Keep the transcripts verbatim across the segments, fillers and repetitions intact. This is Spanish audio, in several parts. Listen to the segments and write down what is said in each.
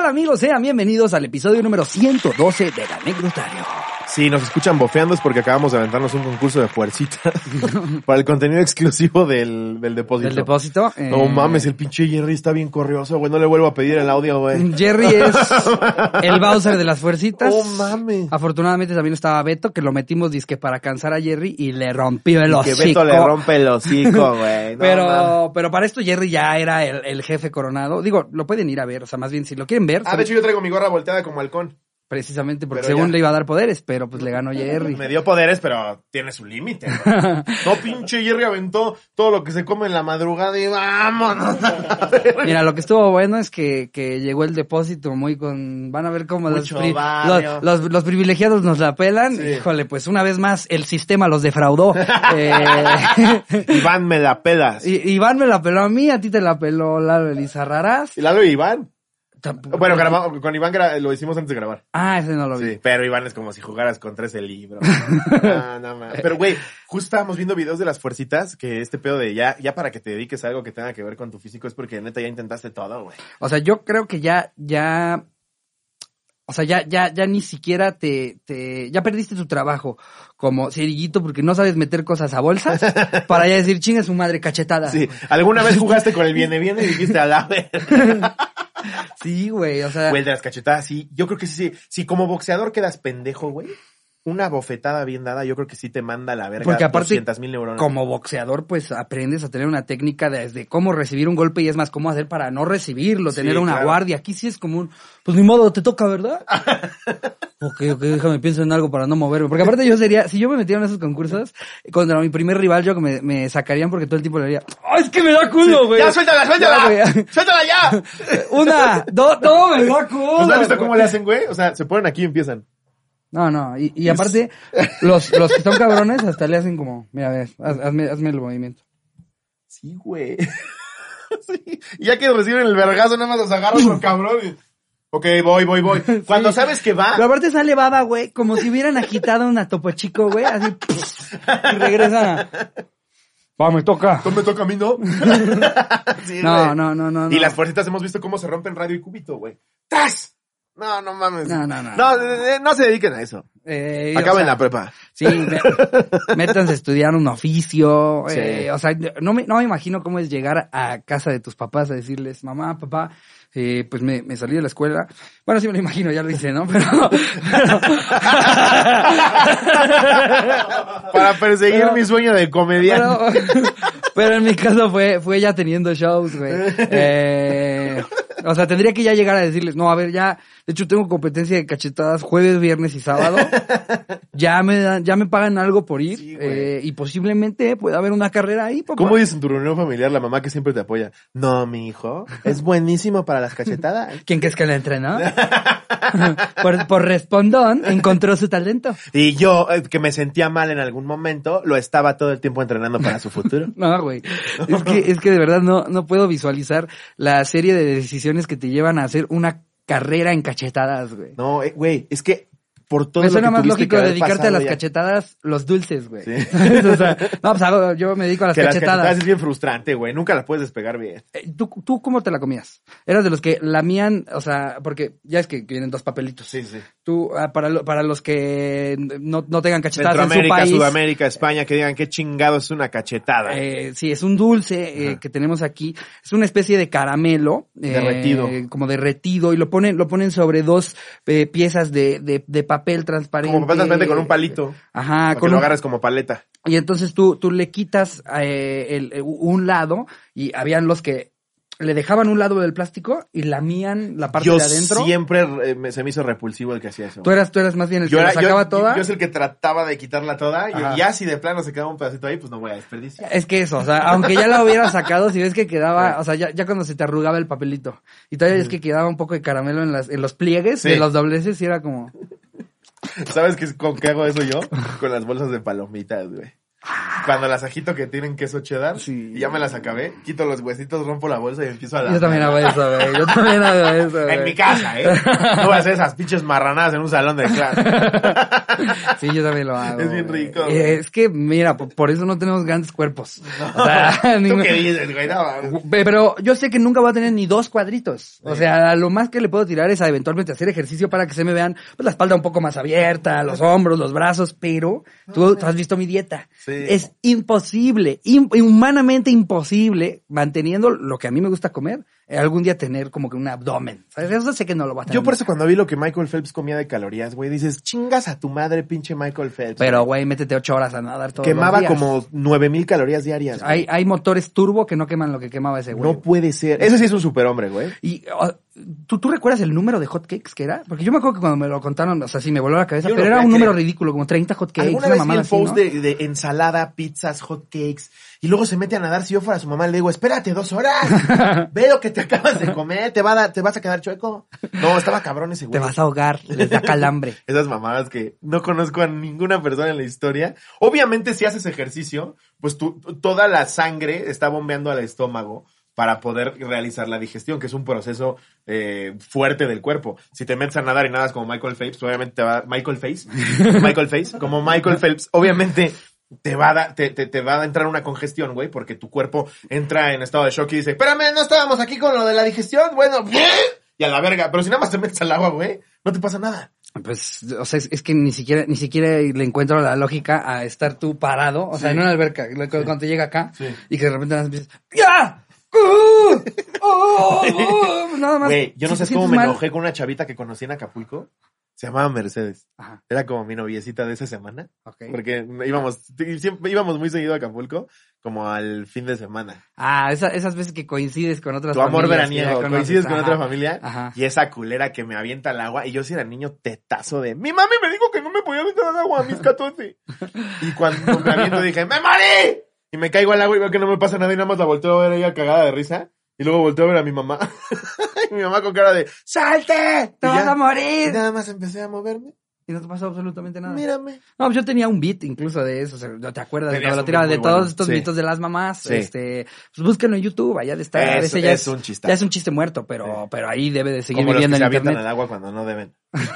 tal, amigos? Sean bienvenidos al episodio número ciento doce del Anecdotario. Sí, nos escuchan bofeando es porque acabamos de aventarnos un concurso de fuercitas para el contenido exclusivo del, del depósito. ¿Del depósito? Eh... No mames, el pinche Jerry está bien corrioso, güey. No le vuelvo a pedir el audio, güey. Jerry es el Bowser de las fuercitas. Oh, mames. Afortunadamente también estaba Beto, que lo metimos disque para cansar a Jerry y le rompió el y hocico. Que Beto le rompe el hocico, güey. No, pero, mames. pero para esto Jerry ya era el, el jefe coronado. Digo, lo pueden ir a ver, o sea, más bien si lo quieren ver. Ah, se... de hecho yo traigo mi gorra volteada como halcón. Precisamente porque Pero según ya. le iba a dar poderes, pero pues le ganó Jerry. Me dio poderes, pero tiene su límite. ¿No? No, pinche Jerry aventó todo lo que se come en la madrugada y vámonos. Mira, lo que estuvo bueno es que, que llegó el depósito muy con... Van a ver cómo los, pri... los, los, los privilegiados nos la pelan. Sí. Híjole, pues una vez más el sistema los defraudó. eh... Iván me la pelas. I, Iván me la peló a mí, a ti te la peló Lalo Elizarrarás. ¿Y Lalo y Iván? Bueno, grabamos, con Iván gra- lo hicimos antes de grabar. Ah, ese no lo vi. Sí, pero Iván es como si jugaras contra ese libro. No, no, man. Pero, güey, justo estábamos viendo videos de las fuercitas, que este pedo de ya, ya para que te dediques a algo que tenga que ver con tu físico es porque neta ya intentaste todo, güey. O sea, yo creo que ya, ya... O sea, ya, ya, ya ni siquiera te, te, ya perdiste tu trabajo como cerillito porque no sabes meter cosas a bolsas para ya decir, chinga su madre, cachetada. Sí, ¿alguna vez jugaste con el viene viene y dijiste a la vez? Sí, güey, o sea. Güey, el de las cachetadas, sí. Yo creo que sí, sí. Si como boxeador quedas pendejo, güey, una bofetada bien dada, yo creo que sí te manda a la verga. Porque aparte, doscientas mil neuronas. Como boxeador, pues aprendes a tener una técnica desde cómo recibir un golpe y es más, cómo hacer para no recibirlo, Sí, tener una claro. guardia. Aquí sí es como un, pues ni modo, te toca, ¿verdad? ok, ok, déjame pienso en algo para no moverme. Porque aparte yo sería, si yo me metiera en esos concursos, contra mi primer rival, yo que me, me sacarían porque todo el tiempo le diría, ¡ay, es que me da culo, güey! ¡Ya, suéltala, suéltala! Ya, ¡Suéltala ya! Una, dos, no, me da culo. ¿Pues no has visto cómo le hacen, güey? O sea, se ponen aquí y empiezan. No, no, y, y aparte, los, los que están cabrones hasta le hacen como, mira, a ver, haz, hazme, hazme el movimiento. Sí, güey. Sí. Y ya que reciben el vergazo, nada más los agarran por cabrón y... Ok, voy, voy, voy. Cuando sí. sabes que va... Pero aparte sale baba, güey, como si hubieran agitado una Topo Chico, güey, así, y regresan a... Va, me toca. ¿Cómo me toca a mí, no? Sí, no, no, no, no, no. Y las fuercitas hemos visto cómo se rompen radio y cúbito, güey. ¡Tas! No, no mames. No, no, no. No, no, no se dediquen a eso. Eh, Acaben o sea, la prepa. Sí, me, métanse a estudiar un oficio. Sí. Eh, o sea, no me, no me imagino cómo es llegar a casa de tus papás a decirles, mamá, papá, eh, pues me, me salí de la escuela. Bueno, sí me lo imagino, ya lo hice, ¿no? Pero... pero... Para perseguir pero, mi sueño de comediante. Pero, pero en mi caso fue, fue ya teniendo shows, güey. Eh... O sea, tendría que ya llegar a decirles, no, a ver, ya, de hecho tengo competencia de cachetadas jueves, viernes y sábado. Ya me dan, ya me pagan algo por ir, sí, eh, y posiblemente pueda haber una carrera ahí, papá. ¿Cómo dices en tu reunión familiar la mamá que siempre te apoya? No, mi hijo, es buenísimo para las cachetadas. ¿Quién crees que la entrenó? por, por respondón, encontró su talento. Y yo, eh, que me sentía mal en algún momento, lo estaba todo el tiempo entrenando para su futuro. No, güey. Es que, es que de verdad no, no puedo visualizar la serie de decisiones que te llevan a hacer una carrera en cachetadas, güey. No, güey, es que por todo me lo suena que más tuviste lógico que haber dedicarte pasado a las ya. cachetadas, los dulces, güey. Sí. O sea, no, pues hago, yo me dedico a las que cachetadas. Las cachetadas es bien frustrante, güey. Nunca las puedes despegar bien. Eh, ¿tú, ¿Tú cómo te la comías? Eras de los que lamían, o sea, porque ya es que vienen dos papelitos. Sí, sí. Tú, ah, para, lo, para los que no, no tengan cachetadas en su Centroamérica, país. Sudamérica, España, que digan qué chingado es una cachetada. Eh, sí, es un dulce eh, que tenemos aquí. Es una especie de caramelo. Eh, derretido. Como derretido. Y lo ponen, lo ponen sobre dos eh, piezas de, de, de papel transparente. Como papel transparente con un palito. Ajá. Para Con que lo un... agarres como paleta. Y entonces tú, tú le quitas eh, el, el, un lado y habían los que le dejaban un lado del plástico y lamían la parte yo de adentro. Siempre eh, me, se me hizo repulsivo el que hacía eso. Tú eras, tú eras más bien el yo que era, la sacaba yo, toda. Yo, yo es el que trataba de quitarla toda. Ajá. Y ya si de plano se quedaba un pedacito ahí, pues no voy a desperdiciar. Es que eso, o sea, aunque ya la hubieras sacado, si ves que quedaba, o sea, ya, ya cuando se te arrugaba el papelito. Y todavía es que quedaba un poco de caramelo en las, en los pliegues sí. de los dobleces y era como... ¿Sabes qué, con qué hago eso yo? Con las bolsas de palomitas, güey. Cuando las agito que tienen queso cheddar, Sí. y ya me las acabé, quito los huesitos, rompo la bolsa y empiezo a la... Yo también hago eso, güey. Yo también hago eso, güey. En mi casa, ¿eh? No voy a hacer esas pinches marranadas en un salón de clase. Sí, yo también lo hago. Es bien rico, güey. güey. Es que, mira, por, por eso no tenemos grandes cuerpos. No. O sea, ¿Tú ningún- qué dices, güey? No, Pero yo sé que nunca voy a tener ni dos cuadritos. O sea, lo más que le puedo tirar es a eventualmente hacer ejercicio para que se me vean pues, la espalda un poco más abierta, los hombros, los brazos, pero tú, tú has visto mi dieta. Sí. Es imposible, in- humanamente imposible, manteniendo lo que a mí me gusta comer, eh, algún día tener como que un abdomen. ¿Sabes? Eso sé que no lo va a tener. Yo por eso cuando vi lo que Michael Phelps comía de calorías, güey, dices, chingas a tu madre, pinche Michael Phelps. Pero, güey, métete ocho horas a nadar todos Quemaba los días. como nueve mil calorías diarias. güey. Hay, hay motores turbo que no queman lo que quemaba ese güey. No puede ser. Ese sí es un superhombre, güey. Y, uh, ¿tú, ¿tú recuerdas el número de hotcakes que era? Porque yo me acuerdo que cuando me lo contaron, o sea, sí me voló la cabeza, Yo pero no era creo un que- número ridículo, como treinta hotcakes, Alguna una vez vi mamada el así, post ¿no? de, de ensalada, pizzas, hot cakes, y luego se mete a nadar. Si yo fuera su mamá, le digo, espérate dos horas, ve lo que te acabas de comer, te va a dar, te vas a quedar chueco. No, estaba cabrón ese güey. Te vas a ahogar, les da calambre. Esas mamadas que no conozco a ninguna persona en la historia. Obviamente, si haces ejercicio, pues tu, toda la sangre está bombeando al estómago para poder realizar la digestión, que es un proceso eh, fuerte del cuerpo. Si te metes a nadar y nadas como Michael Phelps, obviamente te va a... Michael Phelps, Michael Phelps, como Michael Phelps, obviamente te va a dar, te, te, te va a entrar una congestión, güey, porque tu cuerpo entra en estado de shock y dice, espérame, no estábamos aquí con lo de la digestión, bueno, y a la verga. Pero si nada más te metes al agua, güey, no te pasa nada. Pues, o sea, es, es que ni siquiera, ni siquiera le encuentro la lógica a estar tú parado, o sea, Sí. en una alberca, lo- Sí. cuando te llega acá, Sí. y que de repente nada más empiezas, ¡ya! ¡Uh! ¡Oh! ¡Oh! Nada más. Güey, yo no si sé te cómo sientes me mal- enojé con una chavita que conocí en Acapulco. Se llamaba Mercedes. Ajá, Era como mi noviecita de esa semana. ok. Porque íbamos, siempre íbamos muy seguido a Acapulco, como al fin de semana. Ah, esa- esas veces que coincides con otras Tu amor familias que ya veraniego, conoces. coincides con Ajá, otra familia. Ajá. Y esa culera que me avienta al agua. Y yo sí era niño tetazo de, mi mami me dijo que no me podía aventar al agua a mis catorce. Y cuando me aviento dije, ¡me morí! Y me caigo al agua y veo que no me pasa nada y nada más la volteo a ver ella cagada de risa. Y luego volteo a ver a mi mamá. Y mi mamá con cara de, ¡salte! ¡Te Y vas ya- a morir! Y nada más empecé a moverme. Y no te pasó absolutamente nada. Mírame. No, pues yo tenía un beat incluso de eso, o sea, ¿no te acuerdas? Tenías Cuando lo un tiraba beat de muy todos bueno, estos sí. mitos de las mamás, Sí. este, pues búsquenlo en YouTube, allá de estar. A Es- veces ya es es, un chistazo. ya es un chiste muerto, pero, Sí. pero ahí debe de seguir Como los que viviendo se en avientan internet. al agua cuando no deben.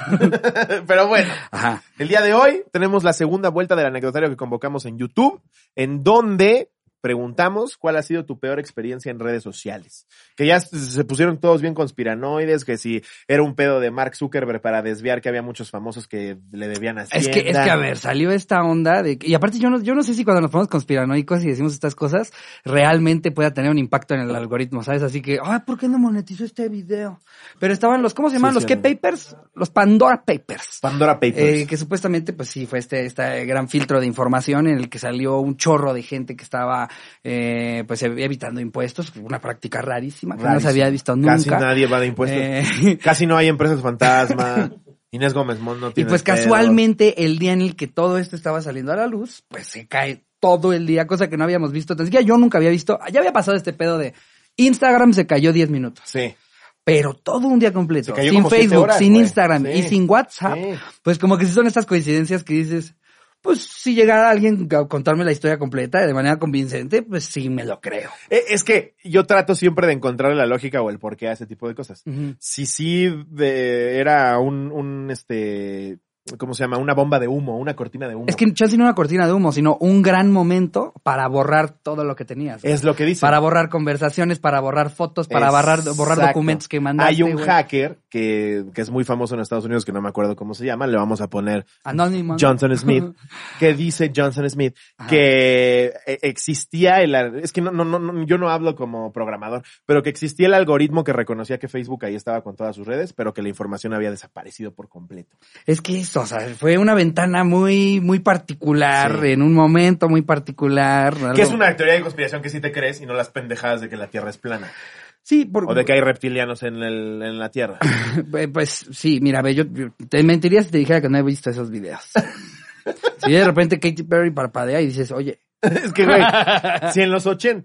Pero bueno, Ajá. el día de hoy tenemos la segunda vuelta del anecdotario que convocamos en YouTube, en donde preguntamos cuál ha sido tu peor experiencia en redes sociales. Que ya se pusieron todos bien conspiranoides, que si era un pedo de Mark Zuckerberg para desviar que había muchos famosos que le debían a Es que, es que a ver, salió esta onda de, y aparte yo no, yo no sé si cuando nos ponemos conspiranoicos y decimos estas cosas, realmente pueda tener un impacto en el algoritmo, ¿sabes? Así que, ay, ¿por qué no monetizó este video? Pero estaban los, ¿cómo se llaman? Sí, ¿Los sí, qué no. papers? Los Pandora Papers. Pandora Papers. Eh, que supuestamente, pues sí, fue este, este gran filtro de información en el que salió un chorro de gente que estaba, eh, pues evitando impuestos, una práctica rarísima, que no se Rarísimo. había visto nunca. Casi nadie va de impuestos. Eh, Casi no hay empresas fantasma. Inés Gómez Mont no y tiene pues pedo. casualmente el día en el que todo esto estaba saliendo a la luz, pues se cae todo el día, cosa que no habíamos visto. Entonces ya yo nunca había visto, ya había pasado este pedo de Instagram se cayó diez minutos. Sí. Pero todo un día completo, Se cayó sin como siete Facebook, horas, sin güey. Instagram Sí. y sin WhatsApp, Sí. pues como que sí son estas coincidencias que dices, pues si llegara alguien a contarme la historia completa de manera convincente, pues sí me lo creo. Eh, Es que yo trato siempre de encontrar la lógica o el porqué a ese tipo de cosas. Ujú. Si sí de- era un, un, este, ¿cómo se llama? Una bomba de humo, una cortina de humo. Es que chance no una cortina de humo, sino un gran momento para borrar todo lo que tenías. güey. Es lo que dice. Para borrar conversaciones, para borrar fotos, para borrar, borrar Exacto. documentos que mandaste. Hay un güey. hacker que, que es muy famoso en Estados Unidos, que no me acuerdo cómo se llama, le vamos a poner Anónimo. ¿no? Johnson Smith, que dice Johnson Smith Ajá. que eh, existía el, es que no, no, no, yo no hablo como programador, pero que existía el algoritmo que reconocía que Facebook ahí estaba con todas sus redes, pero que la información había desaparecido por completo. Es que eso, o sea, fue una ventana muy, muy particular, Sí. en un momento muy particular. Que algo- es una teoría de conspiración que sí te crees y no las pendejadas de que la Tierra es plana. Sí, por... O de que hay reptilianos en, el, en la Tierra. Eh, Pues sí, mira, ve, yo, yo te mentiría si te dijera que no he visto esos videos. Si de repente Katy Perry parpadea y dices, oye, Es que, güey, si en los ochentas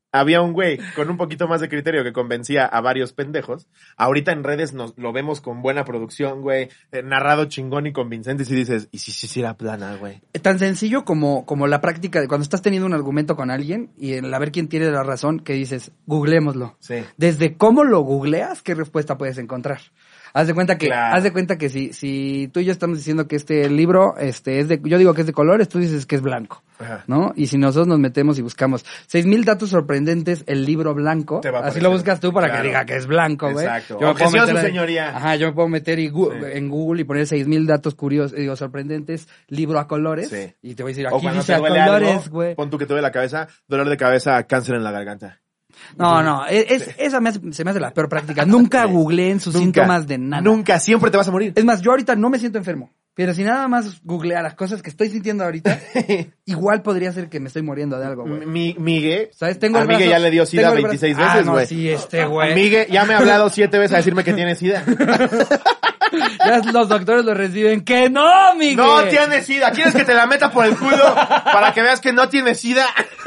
había un güey con un poquito más de criterio que convencía a varios pendejos. Ahorita en redes nos lo vemos con buena producción, güey, eh, narrado chingón y convincente, y si dices, ¿y si sí era plana, güey? Tan sencillo como, como la práctica de cuando estás teniendo un argumento con alguien y el a ver quién tiene la razón, que dices, googlémoslo. Sí. Desde cómo lo googleas, ¿qué respuesta puedes encontrar? Haz de cuenta que, Claro. haz de cuenta que si, si tú y yo estamos diciendo que este libro, este, es de, yo digo que es de colores, tú dices que es blanco, Ajá. ¿no? Y si nosotros nos metemos y buscamos seis mil datos sorprendentes, el libro blanco, Te va a así aparecer. lo buscas tú para Claro. que diga que es blanco, güey. Exacto. Yo me puedo Objeción, meter su ahí- señoría. Ajá, yo me puedo meter y gu- Sí. en Google y poner seis mil datos curiosos, digo, sorprendentes, libro a colores, Sí. y te voy a decir, O aquí cuando dice te a duele colores, algo, güey. pon tú que te duele la cabeza, dolor de cabeza, cáncer en la garganta. No, no, es, es- esa me hace- se me hace la peor práctica. Nunca Sí. googleen sus Nunca, síntomas de nada. Nunca, siempre te vas a morir. Es más, yo ahorita no me siento enfermo. Pero si nada más googlear las cosas que estoy sintiendo ahorita, igual podría ser que me estoy muriendo de algo, güey. Mi, Migue, ¿Sabes? Tengo a el Migue brazo- ya le dio sida tengo el veintiséis brazo- veces, Ah, güey. no, sí, este güey. Migue ya me ha hablado siete veces a decirme que tiene sida. Ya los doctores lo reciben. ¡Que no, Miguel! No tiene sida. ¿Quieres que te la meta por el culo para que veas que no tiene sida?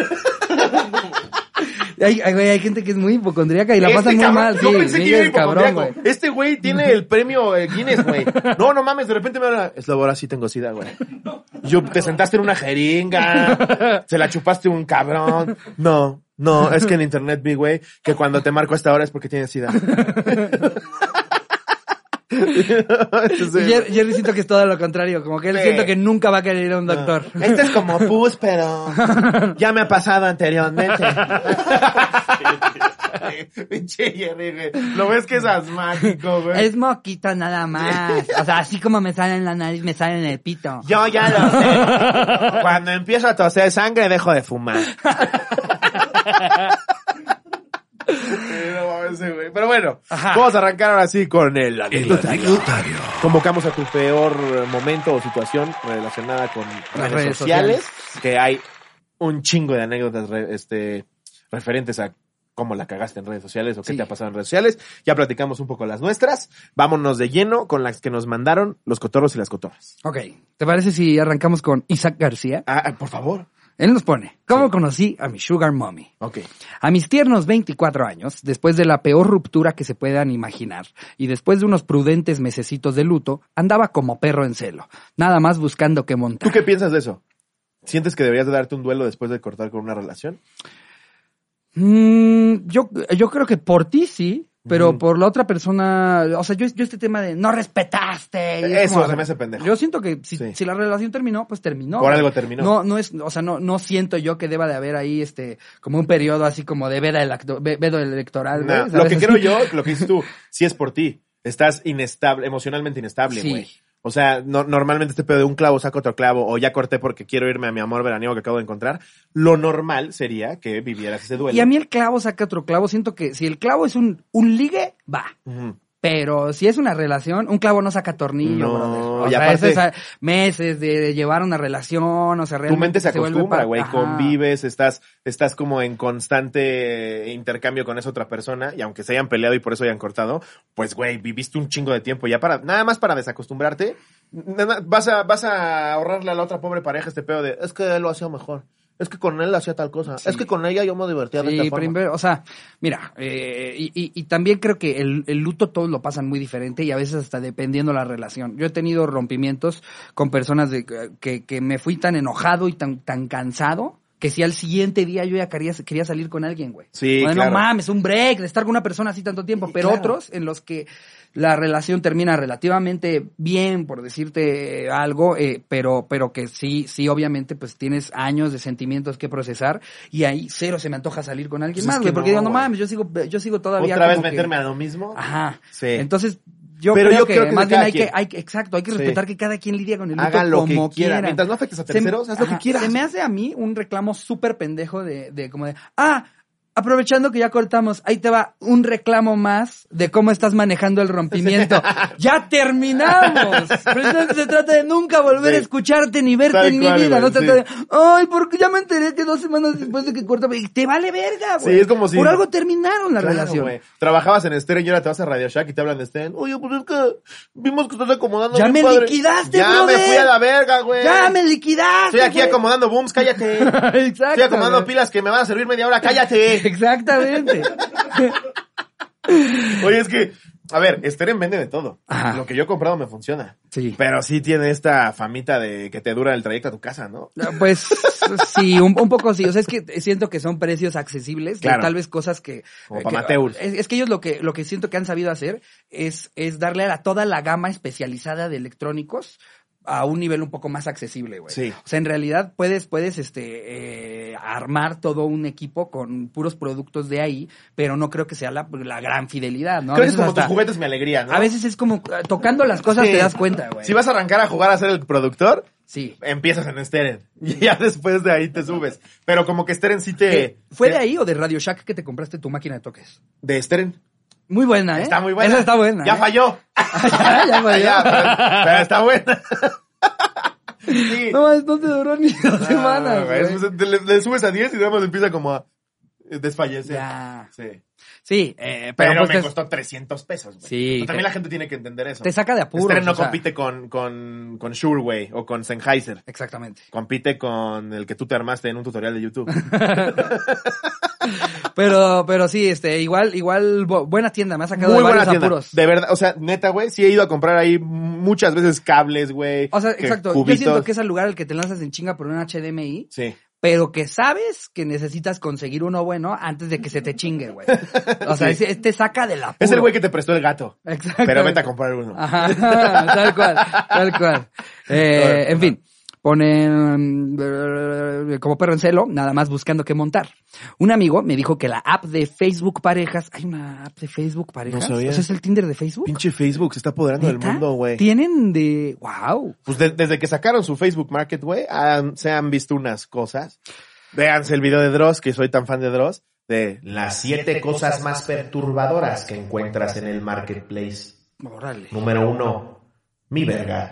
Hay, hay, güey, hay gente que es muy hipocondríaca y la Este pasan muy cabrón, mal. Yo Sí, pensé que Miguel era es cabrón, hipocondríaco. güey. Este güey tiene el premio eh, Guinness, güey. No, no mames, de repente me habla. Es la hora, sí tengo sida, güey. Yo te sentaste en una jeringa. Se la chupaste un cabrón. No, no, es que en internet vi, güey, que cuando te marco a esta hora es porque tienes sida. Entonces, Y Jer- Jerry siento que es todo lo contrario. Como que él Sí. siento que nunca va a querer ir a un doctor. Este es como pus, pero ya me ha pasado anteriormente. Pinche Jerry, güey. Lo ves que es asmático, güey. Es moquito nada más. O sea, así como me sale en la nariz, me sale en el pito. Yo ya lo sé. Cuando empiezo a toser sangre, dejo de fumar. No mames, ese güey. Pero bueno, Ajá. vamos a arrancar ahora sí con el El anecdotario. anecdotario. Convocamos a tu peor momento o situación relacionada con redes, redes sociales, que hay un chingo de anécdotas re- este, referentes a cómo la cagaste en redes sociales o qué Sí. te ha pasado en redes sociales. Ya platicamos un poco las nuestras. Vámonos de lleno con las que nos mandaron los cotorros y las cotorras. Ok, ¿te parece si arrancamos con Isaac García? Ah, ah, por favor. Él nos pone, ¿cómo Sí. conocí a mi sugar mommy? Ok. A mis tiernos veinticuatro años, después de la peor ruptura que se puedan imaginar, y después de unos prudentes mesecitos de luto, andaba como perro en celo, nada más buscando qué ¿Tú montar. qué piensas de eso? ¿Sientes que deberías de darte un duelo después de cortar con una relación? Mm, yo, yo creo que por ti sí, pero Ujú. por la otra persona, o sea, yo, yo este tema de no respetaste. y es Eso como, se me hace pendejo. Yo siento que si, Sí. si la relación terminó, pues terminó. Por algo terminó. No, no es, o sea, no, no siento yo que deba de haber ahí este, como un periodo así como de veda electo- ve- vedo electoral, güey, No, ¿sabes? lo que Así. creo yo, lo que dices tú, si es por ti. Estás inestable, emocionalmente inestable, Sí. güey. O sea, no, normalmente este pedo de un clavo saca otro clavo, o ya corté porque quiero irme a mi amor veraniego que acabo de encontrar. Lo normal sería que vivieras ese duelo. Y a mí el clavo saca otro clavo. Siento que si el clavo es un, un ligue, va. Ujú. Pero si es una relación, un clavo no saca tornillo, No, brother. O y sea, aparte- eso es a- meses de llevar una relación, o sea, Tu realmente mente se vuelve acostumbra, pa- güey, Ajá. convives, estás, estás como en constante intercambio con esa otra persona, y aunque se hayan peleado y por eso hayan cortado, pues, güey, viviste un chingo de tiempo ya para, nada más para desacostumbrarte, nada- vas a, vas a ahorrarle a la otra pobre pareja este pedo de, es que él lo hacía mejor, es que con él hacía tal cosa, Sí. es que con ella yo me divertía de Sí, esta pero forma. inver- o sea, mira, eh, y, y, y también creo que el, el luto todos lo pasan muy diferente y a veces hasta dependiendo la relación. Yo he tenido rompimientos con personas de que, que me fui tan enojado y tan, tan cansado que si al siguiente día yo ya quería, quería salir con alguien, güey. Sí, O de, claro. no mames, un break, de estar con una persona así tanto tiempo, Sí, pero claro. otros en los que la relación termina relativamente bien, por decirte algo, eh, pero, pero que sí, sí, obviamente, pues tienes años de sentimientos que procesar y ahí cero se me antoja salir con alguien Pues más, es güey, que porque no, digo, no güey. mames, yo sigo, yo sigo todavía Otra vez como que- meterme a lo mismo. Ajá. Sí. Entonces, yo Pero creo yo que, creo que de más bien cada hay que, quien. hay que, exacto, hay que Sí. respetar que cada quien lidia con el luto Hagan lo que como quiera. quiera. Mientras no afectes a Se- terceros, haz lo que ajá, quieras. Se me hace a mí un reclamo súper pendejo de, de como de, ah, aprovechando que ya cortamos, ahí te va un reclamo más de cómo estás manejando el rompimiento. ¡Ya terminamos! Precisamente se trata de nunca volver Sí. a escucharte ni verte Tal en mi cual, vida. güey, No sí. trata de, ay, porque ya me enteré que dos semanas después de que cortamos, y te vale verga, güey. Sí, es como si- Por algo terminaron la Claro, relación. güey. Trabajabas en Steren y ahora te vas a Radio Shack y te hablan de Steren. Oye, pues es que vimos que estás acomodando Ya bien me padre. liquidaste, Ya brother. me fui a la verga, güey. ¡Ya me liquidaste! Estoy aquí güey! acomodando booms, cállate. Exacto. Estoy acomodando güey. pilas que me van a servir media hora, cállate. Exactamente. Oye, es que, a ver, Steren vende de todo. Ajá. Lo que yo he comprado me funciona. Sí. Pero sí tiene esta famita de que te dura el trayecto a tu casa, ¿no? Pues sí, un, un poco sí. O sea, es que siento que son precios accesibles. Claro. De tal vez cosas que... Como que- para amateurs. Es, es que ellos lo que, lo que siento que han sabido hacer es, es darle a toda la gama especializada de electrónicos a un nivel un poco más accesible, güey. Sí. O sea, en realidad puedes, puedes, este, eh, armar todo un equipo con puros productos de ahí, pero no creo que sea la, la gran fidelidad, ¿no? A Creo que es veces como hasta- tus juguetes mi alegría, ¿no? A veces es como eh, tocando las cosas Sí. te das cuenta, güey. Si vas a arrancar a jugar a ser el productor, Sí. empiezas en Steren. Y ya después de ahí te subes. Pero como que Steren sí te... Eh, ¿Fue de ahí o de Radio Shack que te compraste tu máquina de toques? De Steren. Muy buena, ¿eh? Está muy buena. Esa está buena. Ya ¿eh? falló. ya, ya falló. Ya, pero, pero está buena. Sí. No, mames, no te duró ni dos Ah, semanas, güey, güey. es- le, le subes a diez y nada más empieza como a desfallecer. Ya. Sí. Sí, eh, pero, Pero, pues me te, costó trescientos pesos, güey. Sí, Pero también te- la gente tiene que entender eso. te saca de apuros. Steren no o sea, compite con, con, con Shure, güey, o con Sennheiser. Exactamente. Compite con el que tú te armaste en un tutorial de YouTube. Pero, pero sí, este, igual, igual, bu- buena tienda, me ha sacado Muy de buena varios tienda. apuros. De verdad, o sea, neta, güey, sí he ido a comprar ahí muchas veces cables, güey. O sea, que exacto. cubitos. Yo siento que es el lugar al que te lanzas en chinga por un H D M I, Sí. pero que sabes que necesitas conseguir uno bueno antes de que se te chingue, güey. O sea, Sí. es- te saca del apuro. Es el güey que te prestó el gato. Exacto. Pero vete a comprar uno. Ajá, tal cual, tal cual. Eh, en fin, ponen mm, como perro en celo, nada más buscando qué montar. Un amigo me dijo que la app de Facebook Parejas, hay una app de Facebook Parejas, No sabía. o sea, es el Tinder de Facebook. Pinche Facebook se está apoderando del ¿Neta? mundo, güey. Tienen de, wow. Pues de- desde que sacaron su Facebook Market, güey, han- se han visto unas cosas. Véanse el video de Dross, que soy tan fan de Dross, de Las siete cosas más perturbadoras que encuentras en el marketplace. Órale. Número uno, mi verga.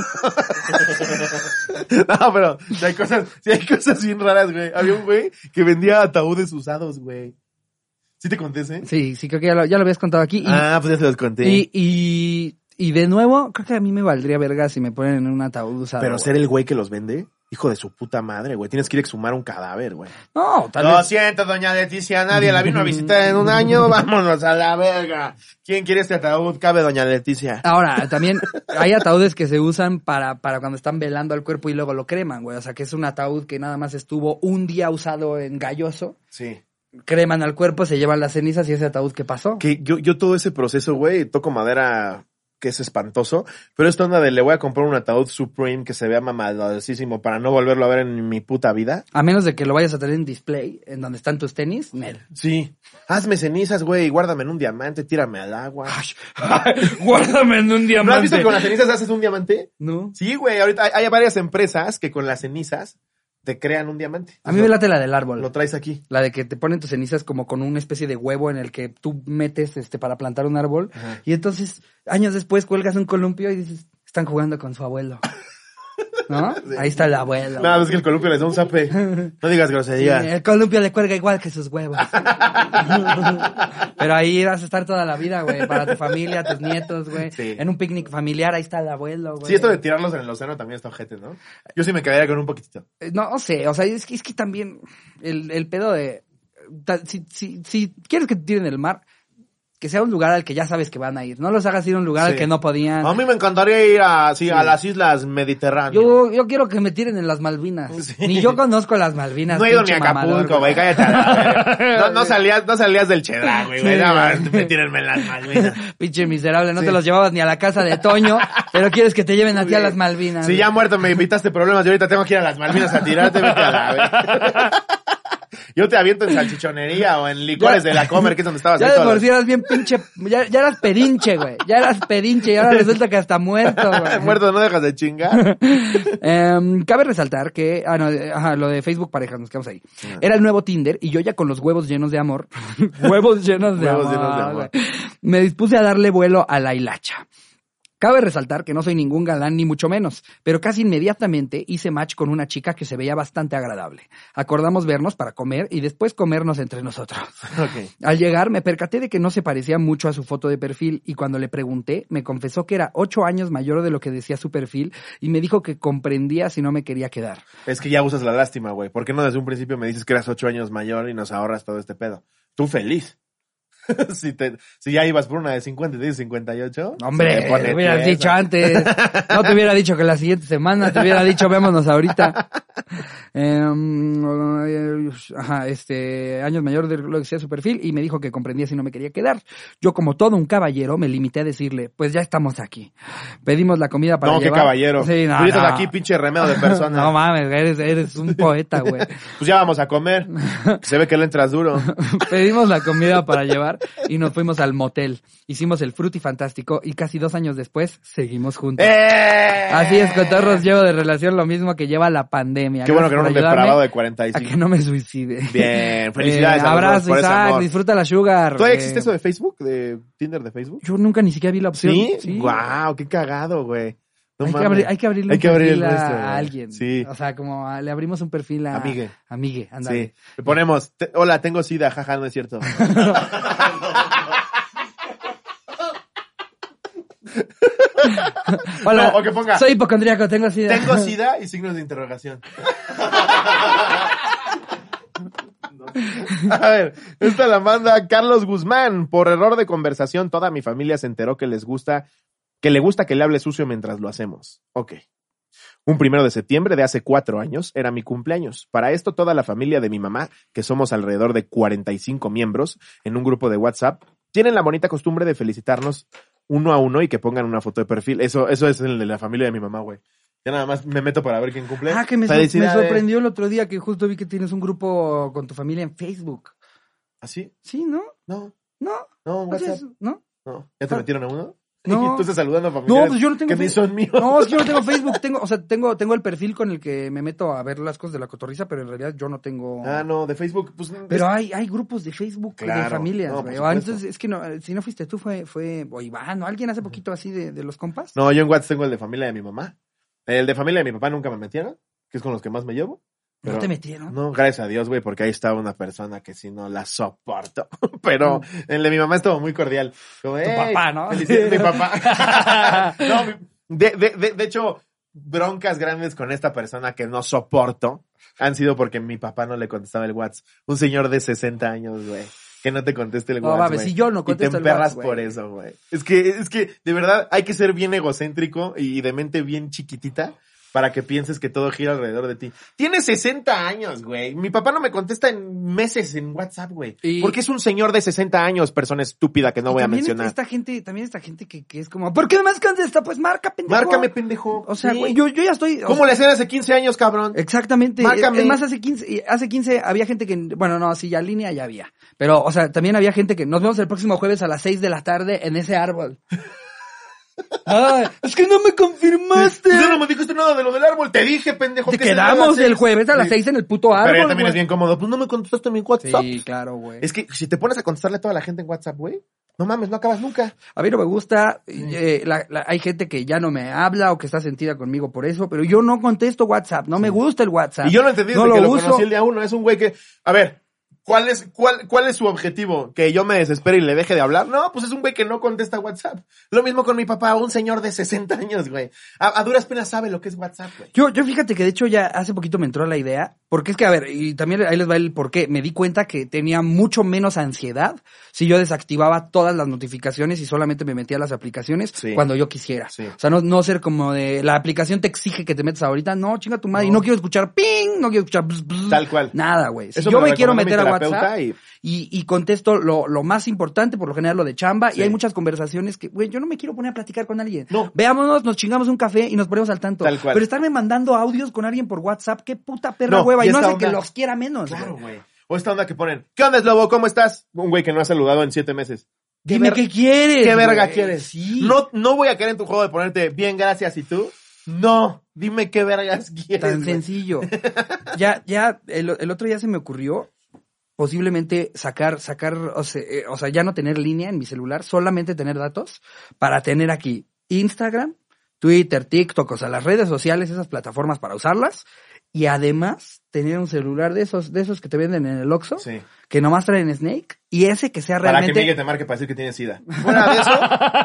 No, pero sí hay cosas, sí hay cosas bien raras, güey. Había un güey que vendía ataúdes usados, güey. ¿Sí te conté ese? Sí, sí, creo que ya lo, ya lo habías contado aquí. Y, Ah, pues ya se los conté. y, y, y de nuevo, creo que a mí me valdría verga si me ponen en un ataúd usado. Pero güey. ser el güey que los vende, hijo de su puta madre, güey. Tienes que ir a exhumar un cadáver, güey. No, tal Lo vez. siento, doña Leticia, nadie la vino a visitar en un año. Vámonos a la verga. ¿Quién quiere este ataúd? Cabe doña Leticia. Ahora, también hay ataúdes que se usan para, para cuando están velando al cuerpo y luego lo creman, güey. O sea, que es un ataúd que nada más estuvo un día usado en galloso. Sí. Creman al cuerpo, se llevan las cenizas y ese ataúd que pasó. Que yo, yo todo ese proceso, güey, toco madera que es espantoso, pero esta onda de le voy a comprar un ataúd Supreme que se vea mamadosísimo para no volverlo a ver en mi puta vida. A menos de que lo vayas a tener en display, en donde están tus tenis, nel. Sí. Hazme cenizas, güey, guárdame en un diamante, tírame al agua. Guárdame en un ¿No has visto que con las cenizas haces un diamante? No. Sí, güey, ahorita hay, hay varias empresas que con las cenizas te crean un diamante. A mí me late la del árbol. Lo traes aquí. La de que te ponen tus cenizas como con una especie de huevo en el que tú metes este para plantar un árbol. Ajá. Y entonces, años después, cuelgas un columpio y dices, están jugando con su abuelo. ¿No? Sí. Ahí está el abuelo. No, es que el columpio les da un zape. No digas Sí, grosería. el columpio le cuelga igual que sus huevos. Pero ahí vas a estar toda la vida, güey, para tu familia, tus nietos, güey. Sí. En un picnic familiar, ahí está el abuelo, güey. Sí, esto de tirarlos en el océano también está ojete, ¿no? Yo sí me quedaría con un poquitito. Eh, No sé, o sea, es que, es que también el, el pedo de... ta- Si, si, si quieres que te tiren el mar, que sea un lugar al que ya sabes que van a ir. No los hagas ir a un lugar Sí. al que no podían. A mí me encantaría ir a, sí, Sí. a las islas mediterráneas. Yo, yo quiero que me tiren en las Malvinas. Sí. Ni yo conozco las Malvinas. No he ido ni pinche a Acapulco, mamador, güey, cállate. a la verga. No, no salías, no salías del Chedra, güey, güey, Sí. nada más me tírenme en las Malvinas. Pinche miserable, no Sí. te los llevabas ni a la casa de Toño, pero quieres que te lleven a ti a las Malvinas. Si ya muerto me evitaste problemas y ahorita tengo que ir a las Malvinas a tirarte, vete a la verga. Yo te aviento en salchichonería o en licores Ya- de la Comer, que es donde estabas. Ya ahí de todos por los- sí eras bien pinche, ya, ya eras pedinche, güey. Ya eras pedinche y ahora resulta que hasta muerto, güey. Muerto, no dejas de chingar. Em, cabe resaltar que, ah, no, eh, ajá, lo de Facebook parejas, nos quedamos ahí. Era el nuevo Tinder y yo ya con los huevos llenos de amor, huevos llenos de Huevos amor, llenos de amor. güey, me dispuse a darle vuelo a la hilacha. Cabe resaltar que no soy ningún galán ni mucho menos, pero casi inmediatamente hice match con una chica que se veía bastante agradable. Acordamos vernos para comer y después comernos entre nosotros. Okay. Al llegar me percaté de que no se parecía mucho a su foto de perfil y cuando le pregunté me confesó que era ocho años mayor de lo que decía su perfil y me dijo que comprendía si no me quería quedar. Es que ya usas la lástima, güey. ¿Por qué no desde un principio me dices que eras ocho años mayor y nos ahorras todo este pedo? Tú feliz. si, te, si ya ibas por una de cincuenta y te dices cincuenta y ocho. Hombre, te hubieras dicho antes. No te hubiera dicho que la siguiente semana, te hubiera dicho vémonos ahorita. Eh, ajá, este, años mayor de lo que sea su perfil y me dijo que comprendía si no me quería quedar. Yo, como todo un caballero, me limité a decirle, pues ya estamos aquí. Pedimos la comida para no, llevar. No, qué caballero. Sí, no, Tú estás no. aquí, pinche remedio de persona. No mames, eres, eres un poeta, güey. Pues ya vamos a comer. Se ve que le entras duro. Pedimos la comida para llevar y nos fuimos al motel. Hicimos el frutifantástico y casi dos años después seguimos juntos. ¡Eh! Así es, cotorros, llevo de relación lo mismo que lleva la pandemia. Qué bueno que no un depravado de cuarenta y A cinco. que no me suicide. Bien, felicidades. Eh, a los dos abrazo, por ese Isaac, amor. disfruta la sugar. ¿Todavía eh, existe eso de Facebook? ¿De Tinder de Facebook? Yo nunca ni siquiera vi la opción. ¿Sí? Wow, qué cagado, güey. No hay, que mames. abrir, hay que abrirle Hay un que abrir perfil el a, nuestro, a güey. alguien. Sí. O sea, como a- le abrimos un perfil a... Amigue. Amigue, ándale. Sí. Le ponemos, te- hola, tengo sida, jaja, no es cierto. Hola, No, o que ponga, soy hipocondríaco, tengo sida. Tengo sida y signos de interrogación. A ver, esta la manda Carlos Guzmán. Por error de conversación, toda mi familia se enteró que les gusta, que le gusta que le hable sucio mientras lo hacemos. Ok. Un primero de septiembre de hace cuatro años era mi cumpleaños. Para esto, toda la familia de mi mamá, que somos alrededor de cuarenta y cinco miembros en un grupo de WhatsApp, tienen la bonita costumbre de felicitarnos uno a uno y que pongan una foto de perfil. Eso, eso es el de la familia de mi mamá, güey. Ya nada más me meto para ver quién cumple. Ah, que me, sor- me Felicidades. sorprendió el otro día que justo vi que tienes un grupo con tu familia en Facebook. ¿Así? Sí, ¿no? No, No, no, ¿no es WhatsApp. eso? ¿No? No. ¿Ya te Ah. metieron a uno? No. Y tú estás saludando a familiares No, pues yo no tengo que ni Facebook. son míos. No, es que yo no tengo Facebook, tengo, o sea, tengo, tengo el perfil con el que me meto a ver las cosas de la cotorriza, pero en realidad yo no tengo. Ah, no, de Facebook, pues. Pero es- hay, hay grupos de Facebook de Claro, familias, no, güey. por Ah, supuesto. entonces, es que no, si no fuiste tú, fue, fue, o Iván, o alguien hace poquito así de, de los compas. No, yo en WhatsApp tengo el de familia de mi mamá. El de familia de mi papá nunca me metieron, que es con los que más me llevo. ¿No Pero- te metieron? No, gracias a Dios, güey, porque ahí estaba una persona que si no la soporto. Pero el de mi mamá estuvo muy cordial. Como, Tu "Ey, papá, ¿no?" felicidades, mi papá. No, mi- de, de, de, de hecho, broncas grandes con esta persona que no soporto han sido porque mi papá no le contestaba el WhatsApp. Un señor de sesenta años, güey. Que no te conteste el No, WhatsApp. mames, güey. si yo no Y te contesto el emperras WhatsApp, por güey. eso, güey. Es que, es que, de verdad, hay que ser bien egocéntrico y de mente bien chiquitita para que pienses que todo gira alrededor de ti. Tienes sesenta años, güey. Mi papá no me contesta en meses en WhatsApp, güey. Y- Porque es un señor de sesenta años, persona estúpida que no Y voy a también mencionar. Esta gente, también esta gente que, que es como, ¿por qué no me contesta? Pues marca, pendejo. Márcame, pendejo. O sea, Sí. güey, yo, yo ya estoy. o ¿Cómo le hacían hace quince años, cabrón? Exactamente. Márcame. Es más, hace quince, hace quince había gente que, bueno, no, sí, ya línea ya había. Pero, o sea, también había gente que nos vemos el próximo jueves a las seis de la tarde en ese árbol. Ay, es que no me confirmaste. Tú no me dijiste nada de lo del árbol. Te dije, pendejo. Te que se daba a quedamos las seis. el jueves a las Sí. seis en el puto árbol. Pero ya también güey. es bien cómodo. Pues no me contestaste mi WhatsApp. Sí, claro, güey. Es que si te pones a contestarle a toda la gente en WhatsApp, güey, no mames, no acabas nunca. A mí no me gusta, eh, la- la- hay gente que ya no me habla o que está sentida conmigo por eso, pero yo no contesto WhatsApp, no me gusta el WhatsApp. Y yo lo entendí no desde lo que lo uso. conocí el día uno. Es un güey que, a ver, ¿cuál es, cuál, cuál es su objetivo? ¿Que yo me desespere y le deje de hablar? No, pues es un güey que no contesta WhatsApp. Lo mismo con mi papá, un señor de sesenta años, güey. A, a duras penas sabe lo que es WhatsApp, güey. Yo, yo fíjate que de hecho ya hace poquito me entró la idea, porque es que, a ver, y también ahí les va el porqué. Me di cuenta que tenía mucho menos ansiedad si yo desactivaba todas las notificaciones y solamente me metía a las aplicaciones Sí. cuando yo quisiera. Sí. O sea, no, no ser como de, la aplicación te exige que te metas ahorita, no, chinga tu madre, No. y no quiero escuchar ping, no quiero escuchar bzz, bzz, Tal cual. nada, güey. Si Eso yo me me, lo quiero recomendó mi meter a terapeuta WhatsApp y- y, y contesto lo, lo más importante, por lo general lo de chamba, Sí. y hay muchas conversaciones que, güey, yo no me quiero poner a platicar con alguien. No. Veámonos, nos chingamos un café y nos ponemos al tanto. Tal cual. Pero estarme mandando audios con alguien por WhatsApp, qué puta perra No, hueva, y y no esta hace que onda- los quiera menos. Claro, güey. güey. O esta onda que ponen, ¿qué onda, Slobo? ¿Cómo estás? Un güey que no ha saludado en siete meses. ¿Qué Dime ver- qué quieres. ¿Qué verga güey. quieres? Sí. No, no voy a caer en tu juego de ponerte bien, gracias, ¿y tú? No, dime qué vergas quieres. Tan güey. sencillo. ya, ya, el, el otro día se me ocurrió posiblemente sacar, sacar, o sea, eh, o sea, ya no tener línea en mi celular, solamente tener datos para tener aquí. Instagram, Twitter, TikTok, o sea, las redes sociales, esas plataformas para usarlas. Y además, tener un celular de esos, de esos que te venden en el Oxxo, Sí. que nomás traen Snake, y ese que sea realmente... Para que Miguel te marque para decir que tiene sida. Fuera de eso,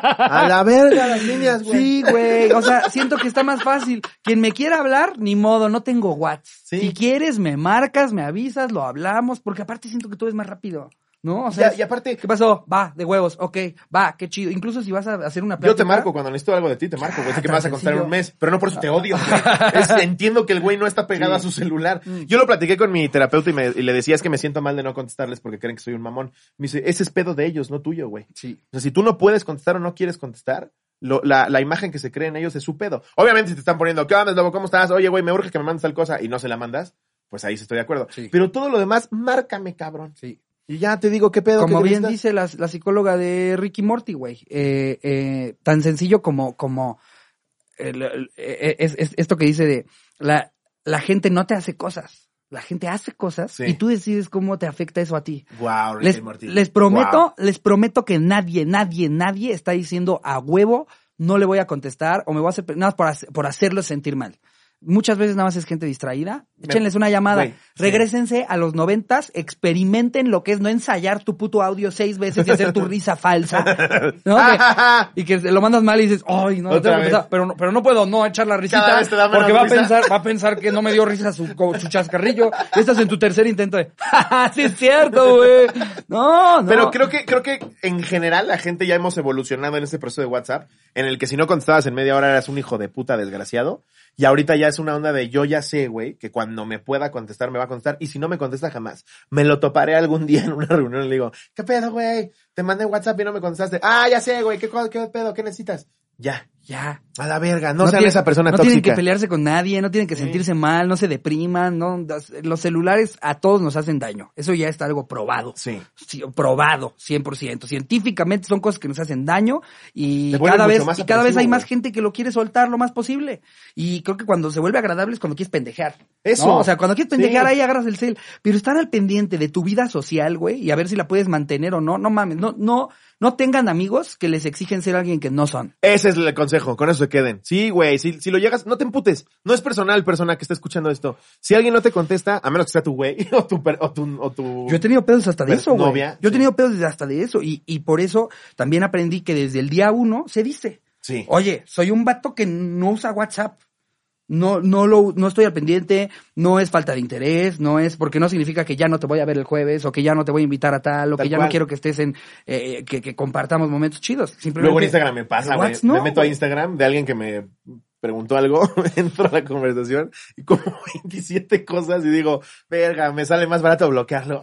a la verga las líneas, güey. Sí, güey, o sea, siento que está más fácil. Quien me quiera hablar, ni modo, no tengo WhatsApp. Sí. Si quieres, me marcas, me avisas, lo hablamos, porque aparte siento que tú eres más rápido, ¿no? O sea, Ya, y aparte, ¿qué pasó? Va, de huevos, ok, va, qué chido. Incluso si vas a hacer una plática... yo te marco cuando necesito algo de ti, te marco, güey. Sé que me vas a contar en un mes, pero no por eso te odio, güey. Es- entiendo que el güey no está pegado Sí. a su celular. Yo lo platiqué con mi terapeuta y, me, y le decía, es que me siento mal de no contestarles porque creen que soy un mamón. Me dice, ese es pedo de ellos, no tuyo, güey. Sí. O sea, si tú no puedes contestar o no quieres contestar, lo, la, la imagen que se cree en ellos es su pedo. Obviamente si te están poniendo, ¿qué onda, Lobo? ¿Cómo estás? Oye, güey, me urge que me mandes tal cosa y no se la mandas, pues ahí sí estoy de acuerdo. Sí. Pero todo lo demás, márcame, cabrón. Sí. Y ya te digo qué pedo. Como qué bien necesitas. dice la, la psicóloga de Ricky Morty, güey, eh, eh, tan sencillo como, como el- el- eh, es, es esto que dice de la, la gente no te hace cosas, la gente hace cosas Sí. y tú decides cómo te afecta eso a ti. Wow, Ricky Les, Morty. les prometo, Wow. les prometo que nadie, nadie, nadie está diciendo a huevo, no le voy a contestar o me voy a hacer, nada más por, hacer- por hacerlo sentir mal. Muchas veces nada más es gente distraída. Échenles una llamada. Güey, sí. Regrésense a los noventas, experimenten lo que es no ensayar tu puto audio seis veces y hacer tu risa falsa. ¿No? Que- y que lo mandas mal y dices, ay, no, lo Otra tengo que vez. pensar, pero no, pero no puedo no echar la risita Cada vez te da menos porque va a risa. pensar, va a pensar que no me dio risa su, su chascarrillo. Y estás en tu tercer intento de, ¡ja, sí es cierto, güey! No, no. Pero creo que, creo que en general la gente ya hemos evolucionado en este proceso de WhatsApp, en el que si no contestabas en media hora eras un hijo de puta desgraciado, y ahorita ya es una onda de yo ya sé, güey, que cuando me pueda contestar me va a contestar, y si no me contesta jamás, me lo toparé algún día en una reunión y le digo, ¿qué pedo, güey? Te mandé WhatsApp y no me contestaste. Ah, ya sé, güey, ¿qué, co- qué pedo? ¿Qué necesitas? Ya. Ya. A la verga, no, sean tienen- esa persona no tóxica. tienen que pelearse con nadie, no tienen que Sí. sentirse mal, no se depriman, no, los celulares a todos nos hacen daño. Eso ya está algo probado. Sí. Sí, probado, cien por ciento. Científicamente son cosas que nos hacen daño y Te vuelven cada mucho vez más y cada vez hay apresivo, más güey. gente que lo quiere soltar lo más posible. Y creo que cuando se vuelve agradable es cuando quieres pendejear. Eso. ¿no? O sea, cuando quieres pendejear Sí. ahí agarras el cel. Pero estar al pendiente de tu vida social, güey, y a ver si la puedes mantener o no, no mames, no, no, no tengan amigos que les exigen ser alguien que no son. Ese es el consejo, con eso se queden. Sí, güey, si, si lo llegas, no te emputes. No es personal, persona que está escuchando esto. Si alguien no te contesta, a menos que sea tu güey o tu, per- o tu, o tu... Yo he tenido pedos hasta de Pero eso, güey. novia, Yo he sí. tenido pedos hasta de eso. Y, y por eso también aprendí que desde el día uno se dice, Sí. oye, soy un vato que no usa WhatsApp. No, no lo, no estoy al pendiente, no es falta de interés, no es, porque no significa que ya no te voy a ver el jueves, o que ya no te voy a invitar a tal, o Tal que ya cual. no quiero que estés en, eh, que, que compartamos momentos chidos. Simplemente. Luego en Instagram me pasa, el güey. WhatsApp no, me meto güey. a Instagram de alguien que me preguntó algo, entro a la conversación y como veintisiete cosas y digo, verga, me sale más barato bloquearlo.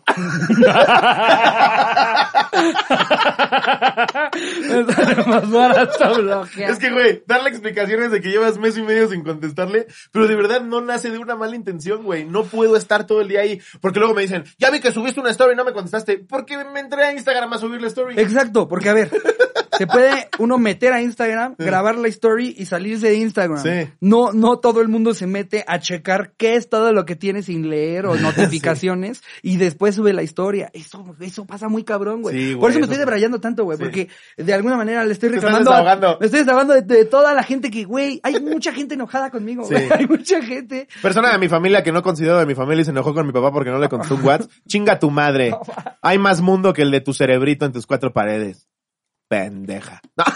Me sale más barato bloquear. Es que, güey, darle explicaciones de que llevas mes y medio sin contestarle, pero de verdad no nace de una mala intención, güey. No puedo estar todo el día ahí, porque luego me dicen, ya vi que subiste una story y no me contestaste, porque me entré a Instagram a subir la story. Exacto, porque a ver, se puede uno meter a Instagram, grabar la story y salirse de Instagram. Sí. No, no todo el mundo se mete a checar qué es todo lo que tiene sin leer o notificaciones y después sube la historia. Eso, eso pasa muy cabrón, güey. Sí, güey, Por eso me eso estoy sí. debrayando tanto, güey, Sí. porque de alguna manera le estoy Te estás reclamando. a- desahogando. me estoy desahogando de, de toda la gente que, güey, hay mucha gente enojada conmigo, Sí. güey. Hay mucha gente. Persona de mi familia que no considero de mi familia y se enojó con mi papá porque no le contestó un WhatsApp. Chinga tu madre. Hay más mundo que el de tu cerebrito en tus cuatro paredes. Pendeja. No.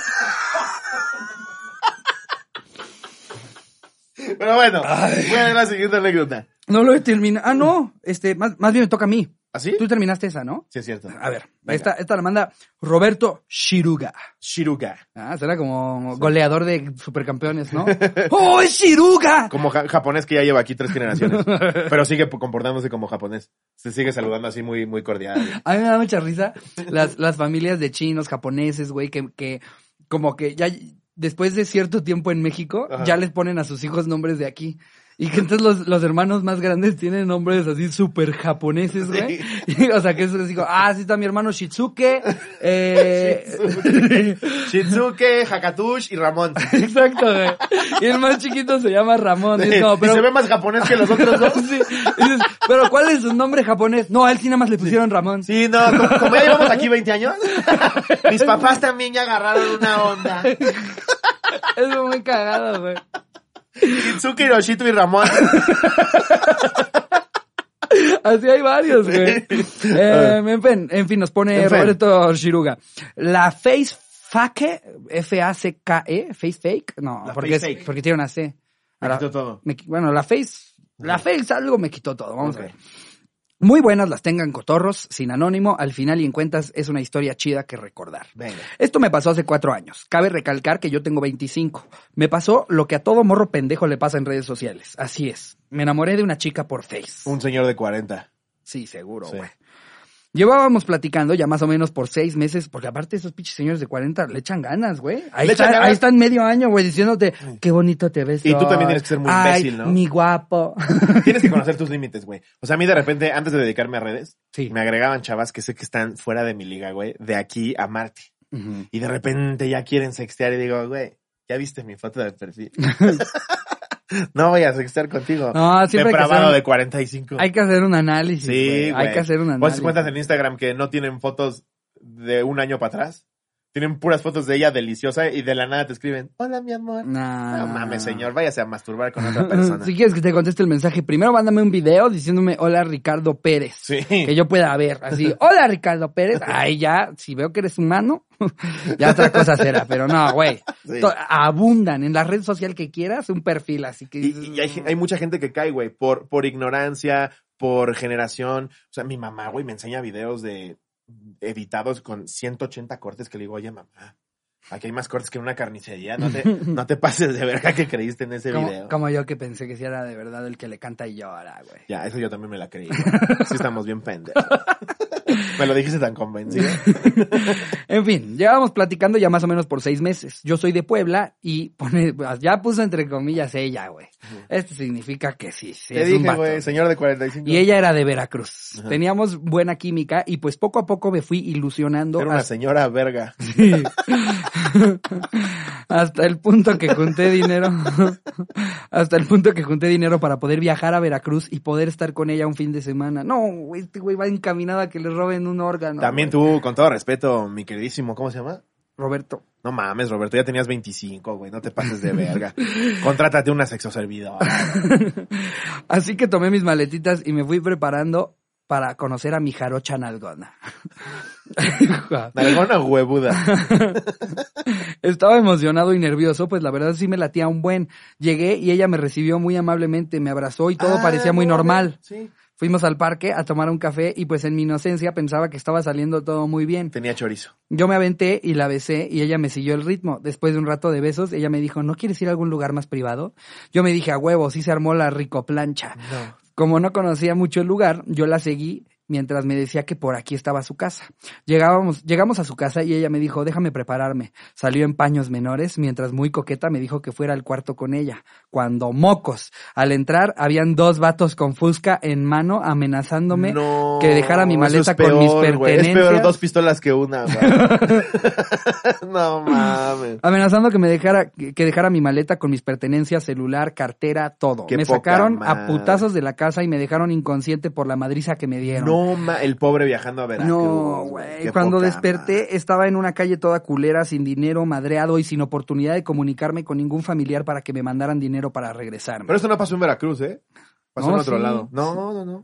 Pero bueno, voy a ver la siguiente anécdota. No lo he terminado. Ah, no. Este, más, más bien me toca a mí. ¿Así? Tú terminaste esa, ¿no? Sí, es cierto. A ver, Venga. esta, esta la manda Roberto Shiruga. Shiruga. Ah, será como goleador de supercampeones, ¿no? ¡Oh, es Shiruga! Como ja- japonés que ya lleva aquí tres generaciones. Pero sigue p- comportándose como japonés. Se sigue saludando así muy, muy cordial. A mí me da mucha risa las, las familias de chinos, japoneses, güey, que, que como que ya después de cierto tiempo en México, Ajá. ya les ponen a sus hijos nombres de aquí. Y que entonces los, los hermanos más grandes tienen nombres así súper japoneses, güey. Y, o sea, que eso les digo, ah, sí está mi hermano Shizuke, eh... Shizuke, Hakatush y Ramón. Exacto, güey. Y el más chiquito se llama Ramón. Y es como, Y pero... se ve más japonés que los otros dos. Sí. Y dices, pero ¿cuál es su nombre japonés? No, a él sí nada más le pusieron Ramón. Sí, no, como, como ya llevamos aquí veinte años, mis papás también ya agarraron una onda. Es muy cagado, güey. Itsuki, Hiroshito y Ramón. Así hay varios, güey. Eh, en, fin, en fin, nos pone En fin. Roberto Shiruga. La face fake, F A C K E, face fake, no, La porque, face es- fake. porque tiene una C. Me Ahora, quitó todo. me qui- bueno, la face, la face algo me quitó todo, vamos Ok. a ver. Muy buenas las tengan cotorros, sin anónimo, al final y en cuentas es una historia chida que recordar. Venga. Esto me pasó hace cuatro años. Cabe recalcar que yo tengo veinticinco. Me pasó lo que a todo morro pendejo le pasa en redes sociales. Así es. Me enamoré de una chica por Face. Un señor de cuarenta. Sí, seguro, Sí. güey. Llevábamos platicando ya más o menos por seis meses, porque aparte esos pinches señores de cuarenta le echan ganas, güey. Ahí, Le echan está- ganas. ahí están medio año, güey, diciéndote, qué bonito te ves Y tú hoy. también tienes que ser muy Ay, imbécil, ¿no? mi guapo. Tienes que conocer tus límites, güey. O sea, a mí de repente, antes de dedicarme a redes, Sí. me agregaban chavas que sé que están fuera de mi liga, güey, de aquí a Marte. Ujú. Y de repente ya quieren sextear y digo, güey, ¿ya viste mi foto de perfil? No voy a sextear contigo. No, siempre hay que Depravado hacer- de cuarenta y cinco. Hay que hacer un análisis, Sí, güey. Hay güey. que hacer un ¿Vos análisis. cuentas en Instagram que no tienen fotos de un año para atrás? Tienen puras fotos de ella deliciosa y de la nada te escriben, hola, mi amor. Nah. No mames, señor, váyase a masturbar con otra persona. Si quieres que te conteste el mensaje, primero mándame un video diciéndome hola Ricardo Pérez. Sí. Que yo pueda ver. Así, hola Ricardo Pérez. Ahí ya, si veo que eres humano, ya otra cosa será. Pero no, güey. Sí. To- Abundan en la red social que quieras un perfil, así que. Y, y hay, hay mucha gente que cae, güey, por, por ignorancia, por generación. O sea, mi mamá, güey, me enseña videos de editados con ciento ochenta cortes que le digo, oye, mamá, aquí hay más cortes que en una carnicería. No te, no te pases de verga que creíste en ese como, video. como yo que pensé que si era de verdad el que le canta y llora, güey. Ya, eso yo también me la creí. güey. Sí estamos bien pendejos. Me lo dijiste tan convencido. En fin, llevábamos platicando ya más o menos por seis meses. Yo soy de Puebla y pone, ya puso entre comillas ella, güey. Esto significa que sí, sí Te es un dije, vato. güey, señor de cuarenta y cinco. Y ella era de Veracruz. Ajá. Teníamos buena química y pues poco a poco me fui ilusionando Era una hasta, señora verga. hasta el punto que junté dinero. Hasta el punto que junté dinero para poder viajar a Veracruz y poder estar con ella un fin de semana. No, güey, este güey va encaminado a que le roben un órgano. También güey. tú, con todo respeto, mi queridísimo, ¿cómo se llama? Roberto. No mames, Roberto, ya tenías veinticinco, güey, no te pases de verga. Contrátate una sexoservidora. Así que tomé mis maletitas y me fui preparando para conocer a mi jarocha nalgona. Nalgona huevuda. Estaba emocionado y nervioso, pues la verdad sí me latía un buen. Llegué y ella me recibió muy amablemente, me abrazó y todo Ah, parecía muy no, normal. Sí. Fuimos al parque a tomar un café y pues en mi inocencia pensaba que estaba saliendo todo muy bien. Tenía chorizo. Yo me aventé y la besé y ella me siguió el ritmo. Después de un rato de besos, ella me dijo, ¿no quieres ir a algún lugar más privado? Yo me dije, a huevo, sí se armó la rico plancha. No. Como no conocía mucho el lugar, yo la seguí mientras me decía que por aquí estaba su casa. Llegábamos, llegamos a su casa y ella me dijo, déjame prepararme. Salió en paños menores, mientras muy coqueta me dijo que fuera al cuarto con ella. Cuando mocos. Al entrar, habían dos vatos con fusca en mano amenazándome No, que dejara mi eso maleta es con mis peor, güey. Es peor pertenencias. dos pistolas que una, güey. No mames. Amenazando que me dejara, que que dejara mi maleta con mis pertenencias, celular, cartera, todo. Qué me poca sacaron a madre. putazos de la casa y me dejaron inconsciente por la madriza que me dieron. No, ma, el pobre viajando a Veracruz. No, güey. Qué Cuando poca desperté, madre. estaba en una calle toda culera, sin dinero, madreado y sin oportunidad de comunicarme con ningún familiar para que me mandaran dinero para regresarme. Pero esto no pasó en Veracruz, ¿eh? Pasó No, en otro sí. lado. No, no, no.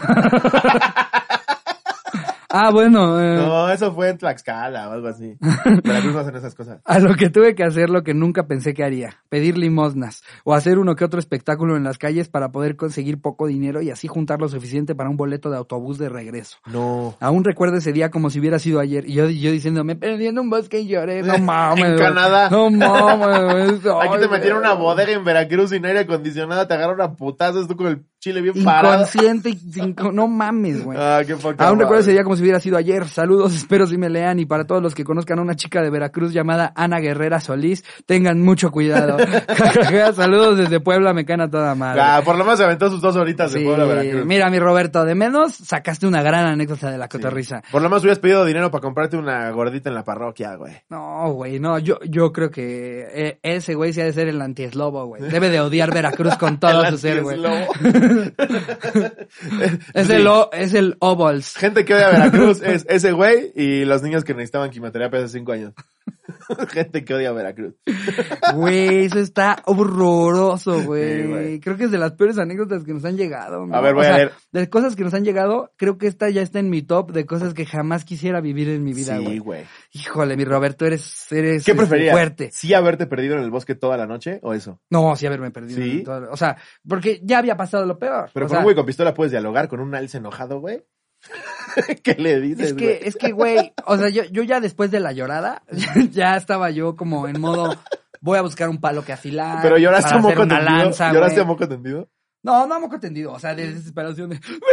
Ah, bueno, eh, No, eso fue en Tlaxcala o algo así. Veracruz no hacen esas cosas. a lo que tuve que hacer lo que nunca pensé que haría, pedir limosnas o hacer uno que otro espectáculo en las calles para poder conseguir poco dinero y así juntar lo suficiente para un boleto de autobús de regreso. No. Aún recuerdo ese día como si hubiera sido ayer y yo, yo diciendo, me perdí en un bosque y lloré, no mames. En güey. Canadá. No mames. güey. Aquí Ay, te metieron güey. una bodega en Veracruz sin aire acondicionado, te agarraron a putazos, tú con el chile bien parado. Inconsciente y sin... No mames, güey. Ah, qué poca Aún recuerdo madre. ese día como si hubiera sido ayer. Saludos, espero si me lean. Y para todos los que conozcan a una chica de Veracruz llamada Ana Guerrera Solís, tengan mucho cuidado. Saludos desde Puebla, me caen a toda madre. Ah, por lo menos se aventó sus dos horitas de Sí, Puebla a Veracruz. mira, mi Roberto, de menos sacaste una gran anécdota de la Sí. cotorriza. Por lo menos hubieras pedido dinero para comprarte una gordita en la parroquia, güey. No, güey, no, yo, yo creo que eh, ese güey sí ha de ser el antieslobo, güey. Debe de odiar Veracruz con todo El su ser, güey. antieslobo. Es Sí. el, o- es el Obols. Gente que odia a Veracruz es ese güey y los niños que necesitaban quimioterapia hace cinco años. Gente que odia a Veracruz. Güey, eso está horroroso, güey. Sí, güey. Creo que es de las peores anécdotas que nos han llegado, ¿no? A ver, voy O a sea, leer. de cosas que nos han llegado, creo que esta ya está en mi top de cosas que jamás quisiera vivir en mi vida, güey. Sí, güey. Híjole, mi Roberto, eres, eres ¿Qué este, preferías? fuerte. ¿Sí haberte perdido en el bosque toda la noche o eso? No, sí haberme perdido. ¿Sí? en todo- o sea, porque ya había pasado lo peor. Pero o con sea, un güey con pistola puedes dialogar, con un alce enojado, güey. ¿Qué le dices, Es que, güey? es que, güey, o sea, yo, yo ya después de la llorada, ya estaba yo como en modo, voy a buscar un palo que afilar. Pero lloraste para a moco hacer una tendido. lanza, ¿Lloraste a güey. moco tendido? No, no a moco tendido, o sea, de desesperación de...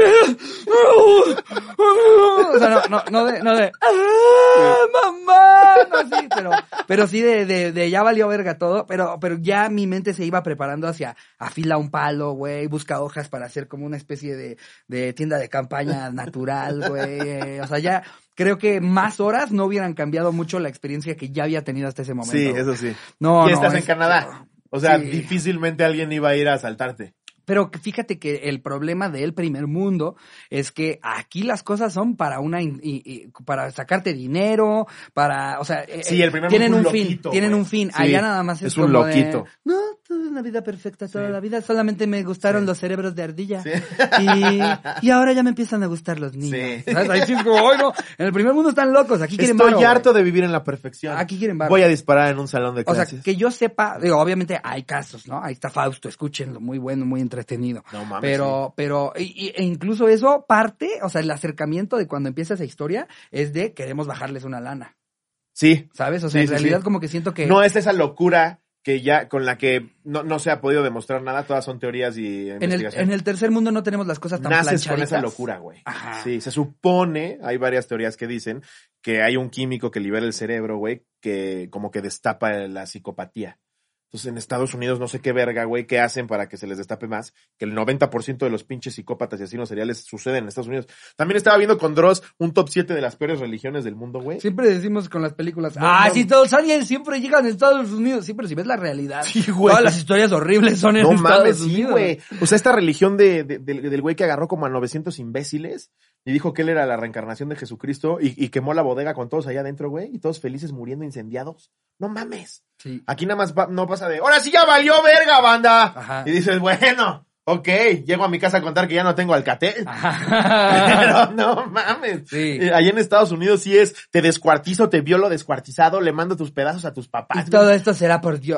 O sea, no, no, no de, no de... ¡Ah, mamá! No así, pero, pero sí de, de, de ya valió verga todo, pero, pero ya mi mente se iba preparando hacia afila un palo, güey, busca hojas para hacer como una especie de, de tienda de campaña natural, güey. O sea, ya creo que más horas no hubieran cambiado mucho la experiencia que ya había tenido hasta ese momento. Sí, güey. eso sí. No, y no, estás en es- Canadá. O sea, Sí. difícilmente alguien iba a ir a asaltarte. Pero que fíjate que el problema del primer mundo es que aquí las cosas son para una in- y- y- para sacarte dinero, para, o sea, eh, Sí, el primer tienen mundo un es un fin, loquito, tienen güey. un fin. Sí, Allá nada más es, es un como de, loquito. no, toda una vida perfecta, toda Sí. la vida, solamente me gustaron Sí. los cerebros de ardilla. Sí. Y, y ahora ya me empiezan a gustar los niños. Sí. ¿Sabes? Ahí sí es como, "Ay, no, en el primer mundo están locos, aquí quieren Estoy varo, harto güey". de vivir en la perfección. Aquí quieren varo. Voy a disparar en un salón de O sea, clases. que yo sepa, digo, obviamente hay casos, ¿no? Ahí está Fausto, escúchenlo, muy bueno, muy entretenido. No mames, Pero, pero, y- y- e incluso eso parte, o sea, el acercamiento de cuando empieza esa historia es de queremos bajarles una lana, Sí. ¿sabes? O sea, Sí, en sí, realidad sí. como que siento que... No es esa locura que ya, con la que no, no se ha podido demostrar nada, todas son teorías y en el, investigación. en el tercer mundo no tenemos las cosas tan Naces con planchaditas. esa locura, güey. Ajá. Sí, se supone, hay varias teorías que dicen que hay un químico que libera el cerebro, güey, que como que destapa la psicopatía. Entonces, en Estados Unidos no sé qué verga, güey, qué hacen para que se les destape más, que el noventa por ciento de los pinches psicópatas y asesinos seriales suceden en Estados Unidos. También estaba viendo con Dross un top siete de las peores religiones del mundo, güey. Siempre decimos con las películas, No, ah, no. si todos aliens siempre llegan a Estados Unidos. Sí, pero si ves la realidad, Sí, güey. todas las historias horribles son en No Estados mames, sí, Unidos. güey. O sea, esta religión de, de- del del güey que agarró como a novecientos imbéciles y dijo que él era la reencarnación de Jesucristo y, y quemó la bodega con todos allá adentro, güey, y todos felices muriendo incendiados. No mames. Sí. Aquí nada más va- no pasa de, ahora sí ya valió verga, banda. Ajá. Y dices, bueno, ok, llego a mi casa a contar que ya no tengo alcatel. Ajá. Pero no mames. Sí. Eh, allá en Estados Unidos sí es, te descuartizo, te violo descuartado, le mando tus pedazos a tus papás. Y todo esto será por Dios.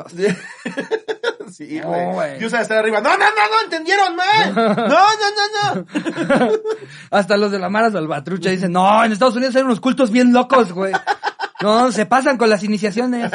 Sí, No, güey. güey. Y usa de estar arriba. No, no, no, no, entendieron mal. No, no, no, no. Hasta los de la Mara Salvatrucha dicen, no, en Estados Unidos hay unos cultos bien locos, güey. No, se pasan con las iniciaciones.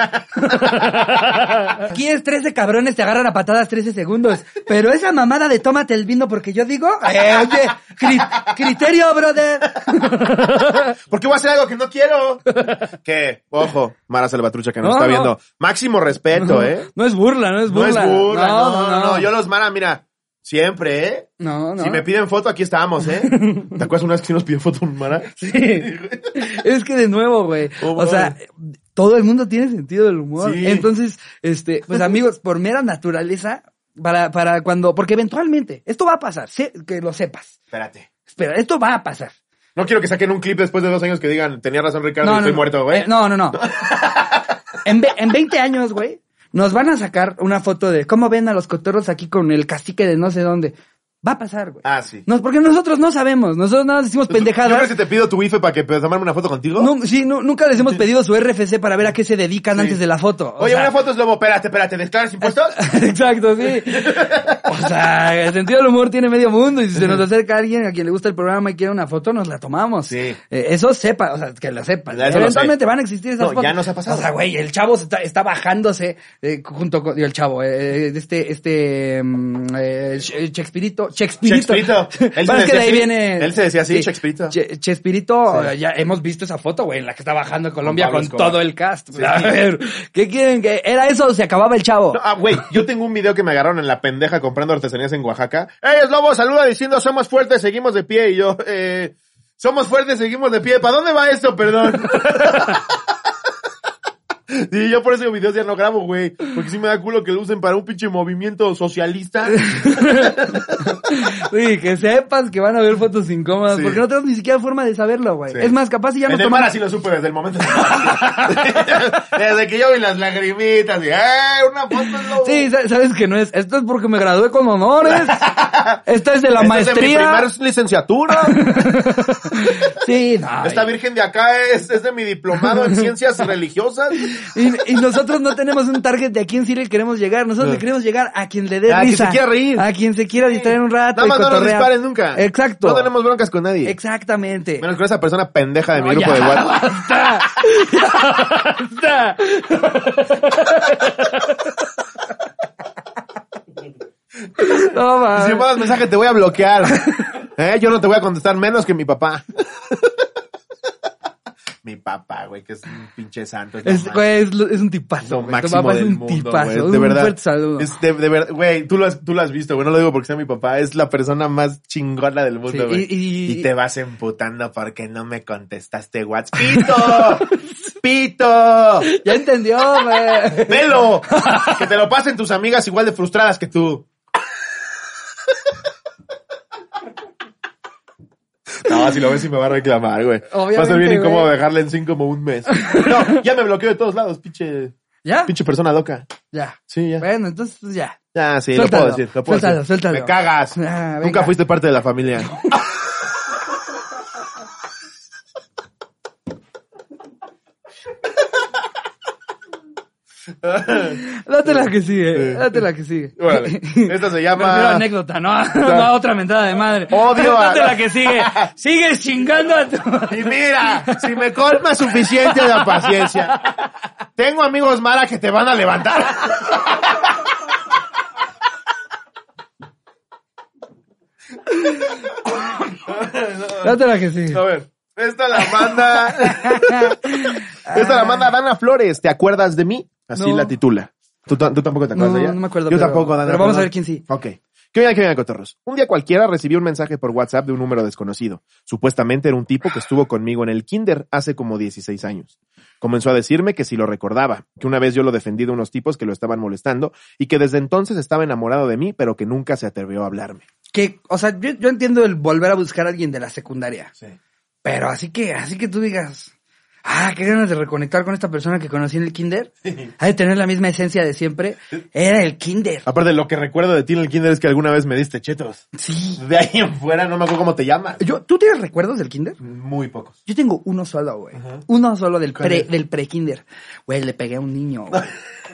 Aquí es trece cabrones, te agarran a patadas trece segundos. Pero esa mamada de tómate el vino porque yo digo, eh, oye, cri- criterio, brother. ¿Por qué voy a hacer algo que no quiero? Que, ojo, Mara Salvatrucha que nos No, está no. viendo. Máximo respeto, ¿eh? No es burla, no es No es burla. burla, no, no, no. Yo los Mara, mira, siempre, ¿eh? No, no. Si me piden foto, aquí estamos, ¿eh? ¿Te acuerdas una vez que sí nos pidió foto un Mara? Sí. Es que de nuevo, güey. Oh, o sea, todo el mundo tiene sentido del humor. Sí. Entonces, este, pues amigos, por mera naturaleza, para, para cuando, porque eventualmente, esto va a pasar, sé, que lo sepas. Espérate. Espera, esto va a pasar. No quiero que saquen un clip después de dos años que digan, tenía razón Ricardo, No, y no, estoy no. muerto, güey. Eh, no, no, no. En, ve- en veinte años, güey, nos van a sacar una foto de cómo ven a los cotorros aquí con el cacique de no sé dónde. Va a pasar, güey. Ah, sí. No, porque nosotros no sabemos, nosotros nada más decimos ¿Yo crees pendejadas. que te pido tu I F E para que para tomarme una foto contigo? No, sí, no, nunca les hemos pedido su R F C para ver a qué se dedican Sí. antes de la foto. O Oye, sea, una foto es lobo, espérate, espérate, ¿declaras impuestos? Exacto, sí. O sea, el sentido del humor tiene medio mundo y si se nos acerca alguien a quien le gusta el programa y quiere una foto, nos la tomamos. Sí. Eh, eso sepa, o sea, que lo sepan. Eso lo Eventualmente sé. van a existir esas No, fotos. ya nos ha pasado. O sea, güey, el chavo se está, está bajándose eh, junto con, digo, el chavo, eh, este, este, mm, eh, Ch- Chespirito, Chespirito. Chespirito. Él se Bueno, es que decía de ahí así. viene. Él se decía así, Chespirito. Che- Chespirito, Sí. eh, ya hemos visto esa foto, güey, en la que está bajando en Colombia Pablo con Escobar. todo el cast. Sí. A ver, ¿qué quieren? que ¿Era eso o se acababa el chavo? No, ah, güey, yo tengo un video que me agarraron en la pendeja comprando artesanías en Oaxaca. ¡Ey, es Lobo! Saluda diciendo, somos fuertes, seguimos de pie. Y yo, eh, somos fuertes, seguimos de pie. ¿Para dónde va esto, perdón? Sí, yo por eso videos ya no grabo, güey. Porque sí me da culo que lo usen para un pinche movimiento socialista. Sí, que sepas que van a ver fotos incómodas, Sí. porque no tenemos ni siquiera forma de saberlo, güey. Sí. Es más, capaz si ya En nos el toman... mar así lo supe desde el momento. Desde que yo vi las lagrimitas y, ¡eh! Una foto es lo... Sí, sa- sabes que no es. Esto es porque me gradué con honores. Esta es de la Esta maestría. es de mi primer licenciatura. Sí, no. Esta virgen de acá es, es de mi diplomado en ciencias religiosas. Y, y nosotros no tenemos un target de a quién sí le queremos llegar. Nosotros No. le queremos llegar a quien le dé A quien risa. se quiera reír. A quien se quiera distraer un rato. Nada y más no nos cotorrear. disparen nunca. Exacto. No tenemos broncas con nadie. Exactamente. Menos con esa persona pendeja de mi No, grupo ya, de WhatsApp. basta. Ya, basta. No, Si mames. me mandas mensaje te voy a bloquear. ¿Eh? Yo no te voy a contestar menos que mi papá. Mi papá, güey, que es un pinche santo. Es, lo Es, más- güey, es, lo- es un tipazo, lo güey. Tu máximo papá es del un mundo, tipazo. güey, Un de verdad. fuerte saludo. Es de, de verdad, güey, tú lo has, tú lo has visto, güey, no lo digo porque sea mi papá, es la persona más chingona del mundo, Sí, güey. y- y- Y, te vas emputando porque no me contestaste WhatsApp. ¡Pito! ¡Pito! Ya entendió, güey. ¡Velo! Que te lo pasen tus amigas igual de frustradas que tú. No, si lo ves sí me va a reclamar, güey. Obviamente, Va a ser bien incómodo güey. dejarle en sin como un mes. No, ya me bloqueó de todos lados, pinche, ¿Ya? pinche persona loca. Ya. Sí, ya. Bueno, entonces pues, ya. Ya, sí, Suéltalo, lo puedo decir, lo puedo suéltalo, decir. suéltalo. Me cagas. Ah, venga. Nunca fuiste parte de la familia. Date la que sigue, date la que sigue. Órale. Esta se llama- Me refiero a anécdota, no, no a otra mentada de madre. Odio a- Date la que sigue. Sigues chingando a tu... Y mira, si me colma suficiente la paciencia. Tengo amigos Mara que te van a levantar. Date la que sigue. A ver, esta la manda. Esta la manda Dana Flores. ¿Te acuerdas de mí? Así No. la titula. ¿Tú, ta- tú tampoco te acuerdas No, de ella? no me acuerdo, Yo pero- tampoco, Dana. pero vamos a perdón. ver quién sí. Ok. ¿Qué viene, qué viene, cotorros? Un día cualquiera recibí un mensaje por WhatsApp de un número desconocido. Supuestamente era un tipo que estuvo conmigo en el kinder hace como dieciséis años. Comenzó a decirme que si lo recordaba, que una vez yo lo defendí de unos tipos que lo estaban molestando y que desde entonces estaba enamorado de mí, pero que nunca se atrevió a hablarme. Que, o sea, yo, yo entiendo el volver a buscar a alguien de la secundaria. Sí. Pero así que, así que tú digas, ah, qué ganas de reconectar con esta persona que conocí en el kinder. Ha de tener la misma esencia de siempre. Era el kinder. Aparte, lo que recuerdo de ti en el kinder es que alguna vez me diste chetos. Sí. De ahí en fuera, no me acuerdo cómo te llamas. Yo, ¿tú tienes recuerdos del kinder? Muy pocos. Yo tengo uno solo, güey. Ajá. Uno solo del ¿Cuál pre, es? del pre-kinder. Güey, le pegué a un niño, güey.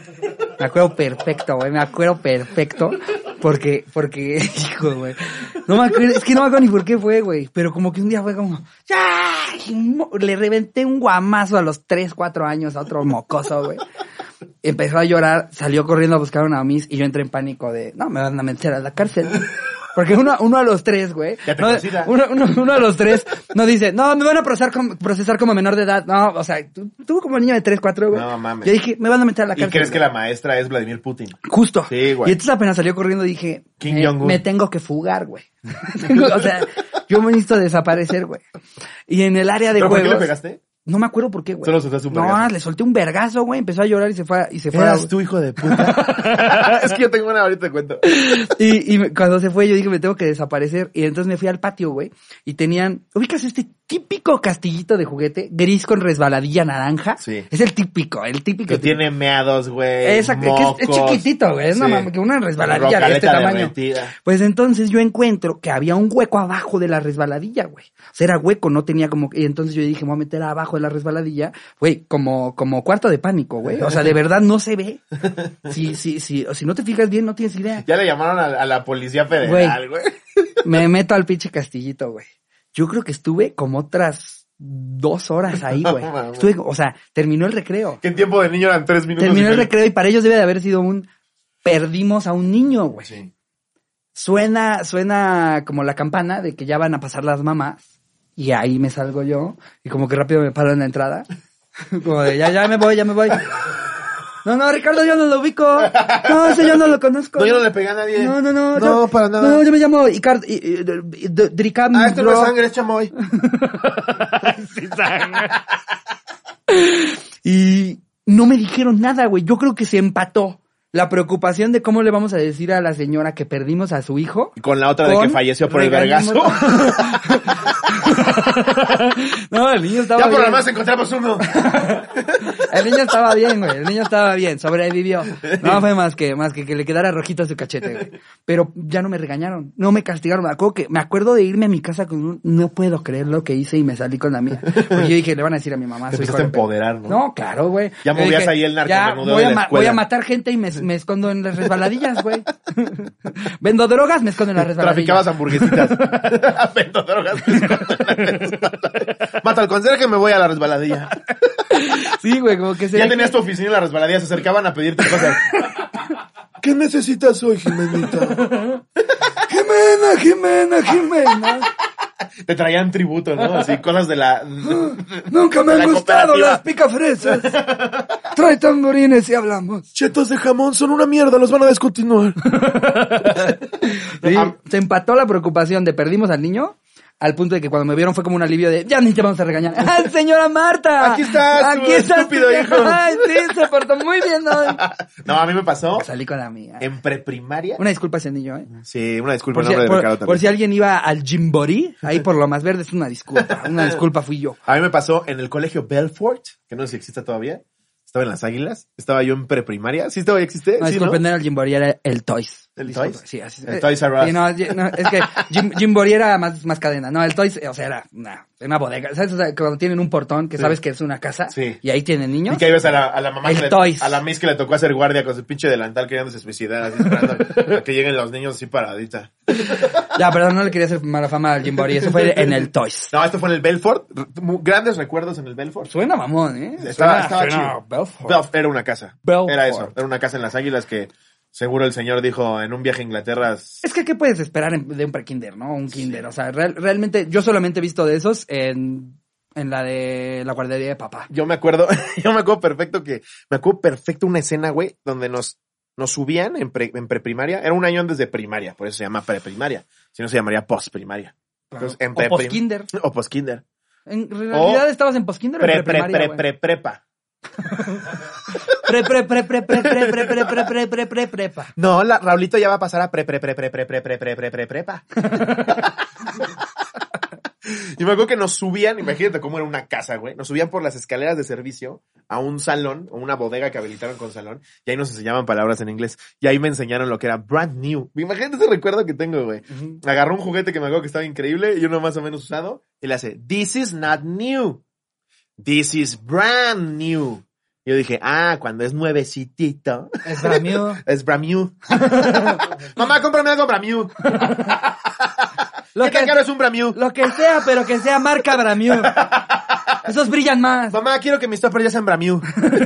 Me acuerdo perfecto, güey. Me acuerdo perfecto. Porque, porque, hijo, güey. No me acuerdo, es que no me acuerdo ni por qué fue, güey. Pero como que un día fue como, ¡ya! Y mo- le reventé un guamazo a los tres, cuatro años a otro mocoso, güey. Empezó a llorar, salió corriendo a buscar una miss y yo entré en pánico de, no, me van a meter a la cárcel. Porque uno, uno a los tres, güey. Ya te no, conocida. uno, uno, uno a los tres no dice, no, me van a procesar como, procesar como menor de edad. No, o sea, tú, tú como niño de tres, cuatro, güey. No mames. Yo dije, me van a meter a la ¿Y cárcel. crees que güey. la maestra es Vladimir Putin? Justo. Sí, güey. Y entonces apenas salió corriendo dije, Kim me, Jong-un. me tengo que fugar, güey. O sea, yo me necesito desaparecer, güey. Y en el área de ¿Pero por juegos. qué le pegaste? No me acuerdo por qué, güey. Solo soltaste un No, vergazo. le solté un vergazo, güey. Empezó a llorar y se fue, a- y se fue. a- ¿Eras tu hijo de puta? Es que yo tengo una, ahorita te cuento. Y, y me- cuando se fue, yo dije, me tengo que desaparecer. Y entonces me fui al patio, güey. Y tenían, ¿ubicas este típico castillito de juguete? Gris con resbaladilla naranja. Sí. Es el típico, el típico. Que tiene meados, güey. Esa, que es, es mocos. chiquitito, güey. Es Sí. una, mam- que una resbaladilla de Rocaleta este tamaño. derretida. Pues entonces yo encuentro que había un hueco abajo de la resbaladilla, güey. O sea, era hueco, no tenía como... Y entonces yo dije, me voy a meter abajo de la resbaladilla. Güey, como, como cuarto de pánico, güey. O sea, de verdad no se ve. Si, si, si, o si no te fijas bien, no tienes idea. Ya le llamaron a, a la policía federal, güey. Me meto al pinche castillito, güey. Yo creo que estuve como otras dos horas ahí, güey. No, mames. Estuve, o sea, terminó el recreo. ¿Qué tiempo de niño eran tres minutos? Terminó y el medio? recreo y para ellos debe de haber sido un... Perdimos a un niño, güey. Sí. Suena, suena como la campana de que ya van a pasar las mamás. Y ahí me salgo yo. Y como que rápido me paro en la entrada. Como de, ya, ya me voy, ya me voy. No, no, Ricardo, yo no lo ubico. No, ese yo no lo conozco. No, yo no le pegué a nadie. No, no, no. No, yo- para nada. No, yo me llamo Icardo, I- I- I- D- Dricam. Ah, esto no bro. es sangre, es chamoy. Y no me dijeron nada, güey. Yo creo que se empató la preocupación de cómo le vamos a decir a la señora que perdimos a su hijo. Y con la otra de que falleció por el vergazo. No, el niño estaba Ya por bien. lo demás encontramos uno. El niño estaba bien, güey. El niño estaba bien, sobrevivió. No fue más que, más que que le quedara rojito su cachete, güey. Pero ya no me regañaron, no me castigaron. Me acuerdo que, me acuerdo de irme a mi casa con un, no puedo creer lo que hice y me salí con la mía. Porque yo dije, le van a decir a mi mamá. Te su hijo empezaste a le pegó. empoderar, ¿no? No, claro, güey. Ya Yo movías dije, ahí el ya narcomenudeo voy de a, la ma- escuela. voy a matar gente y me, me escondo en las resbaladillas, güey. Vendo drogas, me escondo en las resbaladillas. Traficabas hamburguesitas. Vendo drogas. me escondo en la resbaladilla. Mata al conserje, me voy a la resbaladilla. Sí, güey, como que se... Ya tenías tu oficina en la resbaladilla, se acercaban a pedirte cosas. ¿Qué necesitas hoy, Jimenita? Jimena, Jimena, Jimena. Te traían tributo, ¿no? Así, cosas de la... Nunca me La han gustado cooperativa. las picafresas. Trae tamborines y hablamos. Chetos de jamón son una mierda, los van a descontinuar. Sí, Ah, se empató la preocupación de perdimos al niño, al punto de que cuando me vieron fue como un alivio de, ya ni te vamos a regañar. ¡Ah, señora Marta! Aquí está su Aquí está tu estúpido viejo. hijo. Ay, sí, se portó muy bien hoy. No, a mí me pasó Salí con la mía. en preprimaria. Una disculpa a ese niño, ¿eh? Sí, una disculpa Por en si, nombre de por- Ricardo por también. si alguien iba al Gymboree, ahí por lo más verde, es una disculpa. Una disculpa fui yo. A mí me pasó en el colegio Belfort, que no sé si existe todavía. Estaba en las Águilas. Estaba yo en preprimaria. ¿Sí todavía existe? No, ¿Sí, disculpen, no era el Gymboree, era el Toys. ¿El Disculpa, Toys? Sí, así El eh, Toys R Us. sí, no, y- no, es que Jim, Gymboree era más, más cadena. No, el Toys, o sea, era una, una bodega. ¿Sabes? O sea, cuando tienen un portón que Sí. sabes que es una casa Sí. y ahí tienen niños. Y que ahí ves a la, a la mamá El que le, Toys. a la Miss que le tocó hacer guardia con su pinche delantal queriéndose suicidar, así esperando a que lleguen los niños así paradita. Ya, perdón, no le quería hacer mala fama al Gymboree. Eso fue en el Toys. No, esto fue en el Belfort. R- mu- Grandes recuerdos en el Belfort. Suena mamón, ¿eh? Estaba, Suena- estaba suena chido. Belfort. Belf- era una casa. Belfort. Era eso. Era una casa en las Águilas que seguro el señor dijo en un viaje a Inglaterra. Es que, ¿qué puedes esperar en- de un pre-kinder, no? Un kinder. O sea, real- realmente, yo solamente he visto de esos en, en la de la guardería de papá. Yo me acuerdo, yo me acuerdo perfecto que, me acuerdo perfecto una escena, güey, donde nos, nos subían en, pre, en preprimaria. Era un año antes de primaria, por eso se llama preprimaria. Si no se llamaría postprimaria. Entonces, en O pre- post-kinder. O postkinder. En realidad estabas en post-kinder o Pre, en pre, preprimaria, pre, güey? pre, prepa. Pre, pre, pre, pre, pre, pre, pre, pre, pre, pre, pre, pre, pre, prepa. No, la, Raulito ya va a pasar a pre, pre, pre, pre, pre, pre, pre, pre, pre, pre, prepa. Y me acuerdo que nos subían, imagínate cómo era una casa, güey. Nos subían por las escaleras de servicio a un salón, o una bodega que habilitaron con salón, y ahí nos enseñaban palabras en inglés. Y ahí me enseñaron lo que era brand new. Imagínate ese recuerdo que tengo, güey. Ujú. Agarró un juguete que me acuerdo que estaba increíble, y uno más o menos usado, y le hace, this is not new. This is brand new. Y yo dije, ah, cuando es nuevecitito, Es para mí. es brand new. Mamá, cómprame algo brand new. Lo ¿Qué tan que, caro es un brand new? lo que sea, pero que sea marca Bramiu. Esos brillan más. Mamá, quiero que mis toppers ya sean brand new.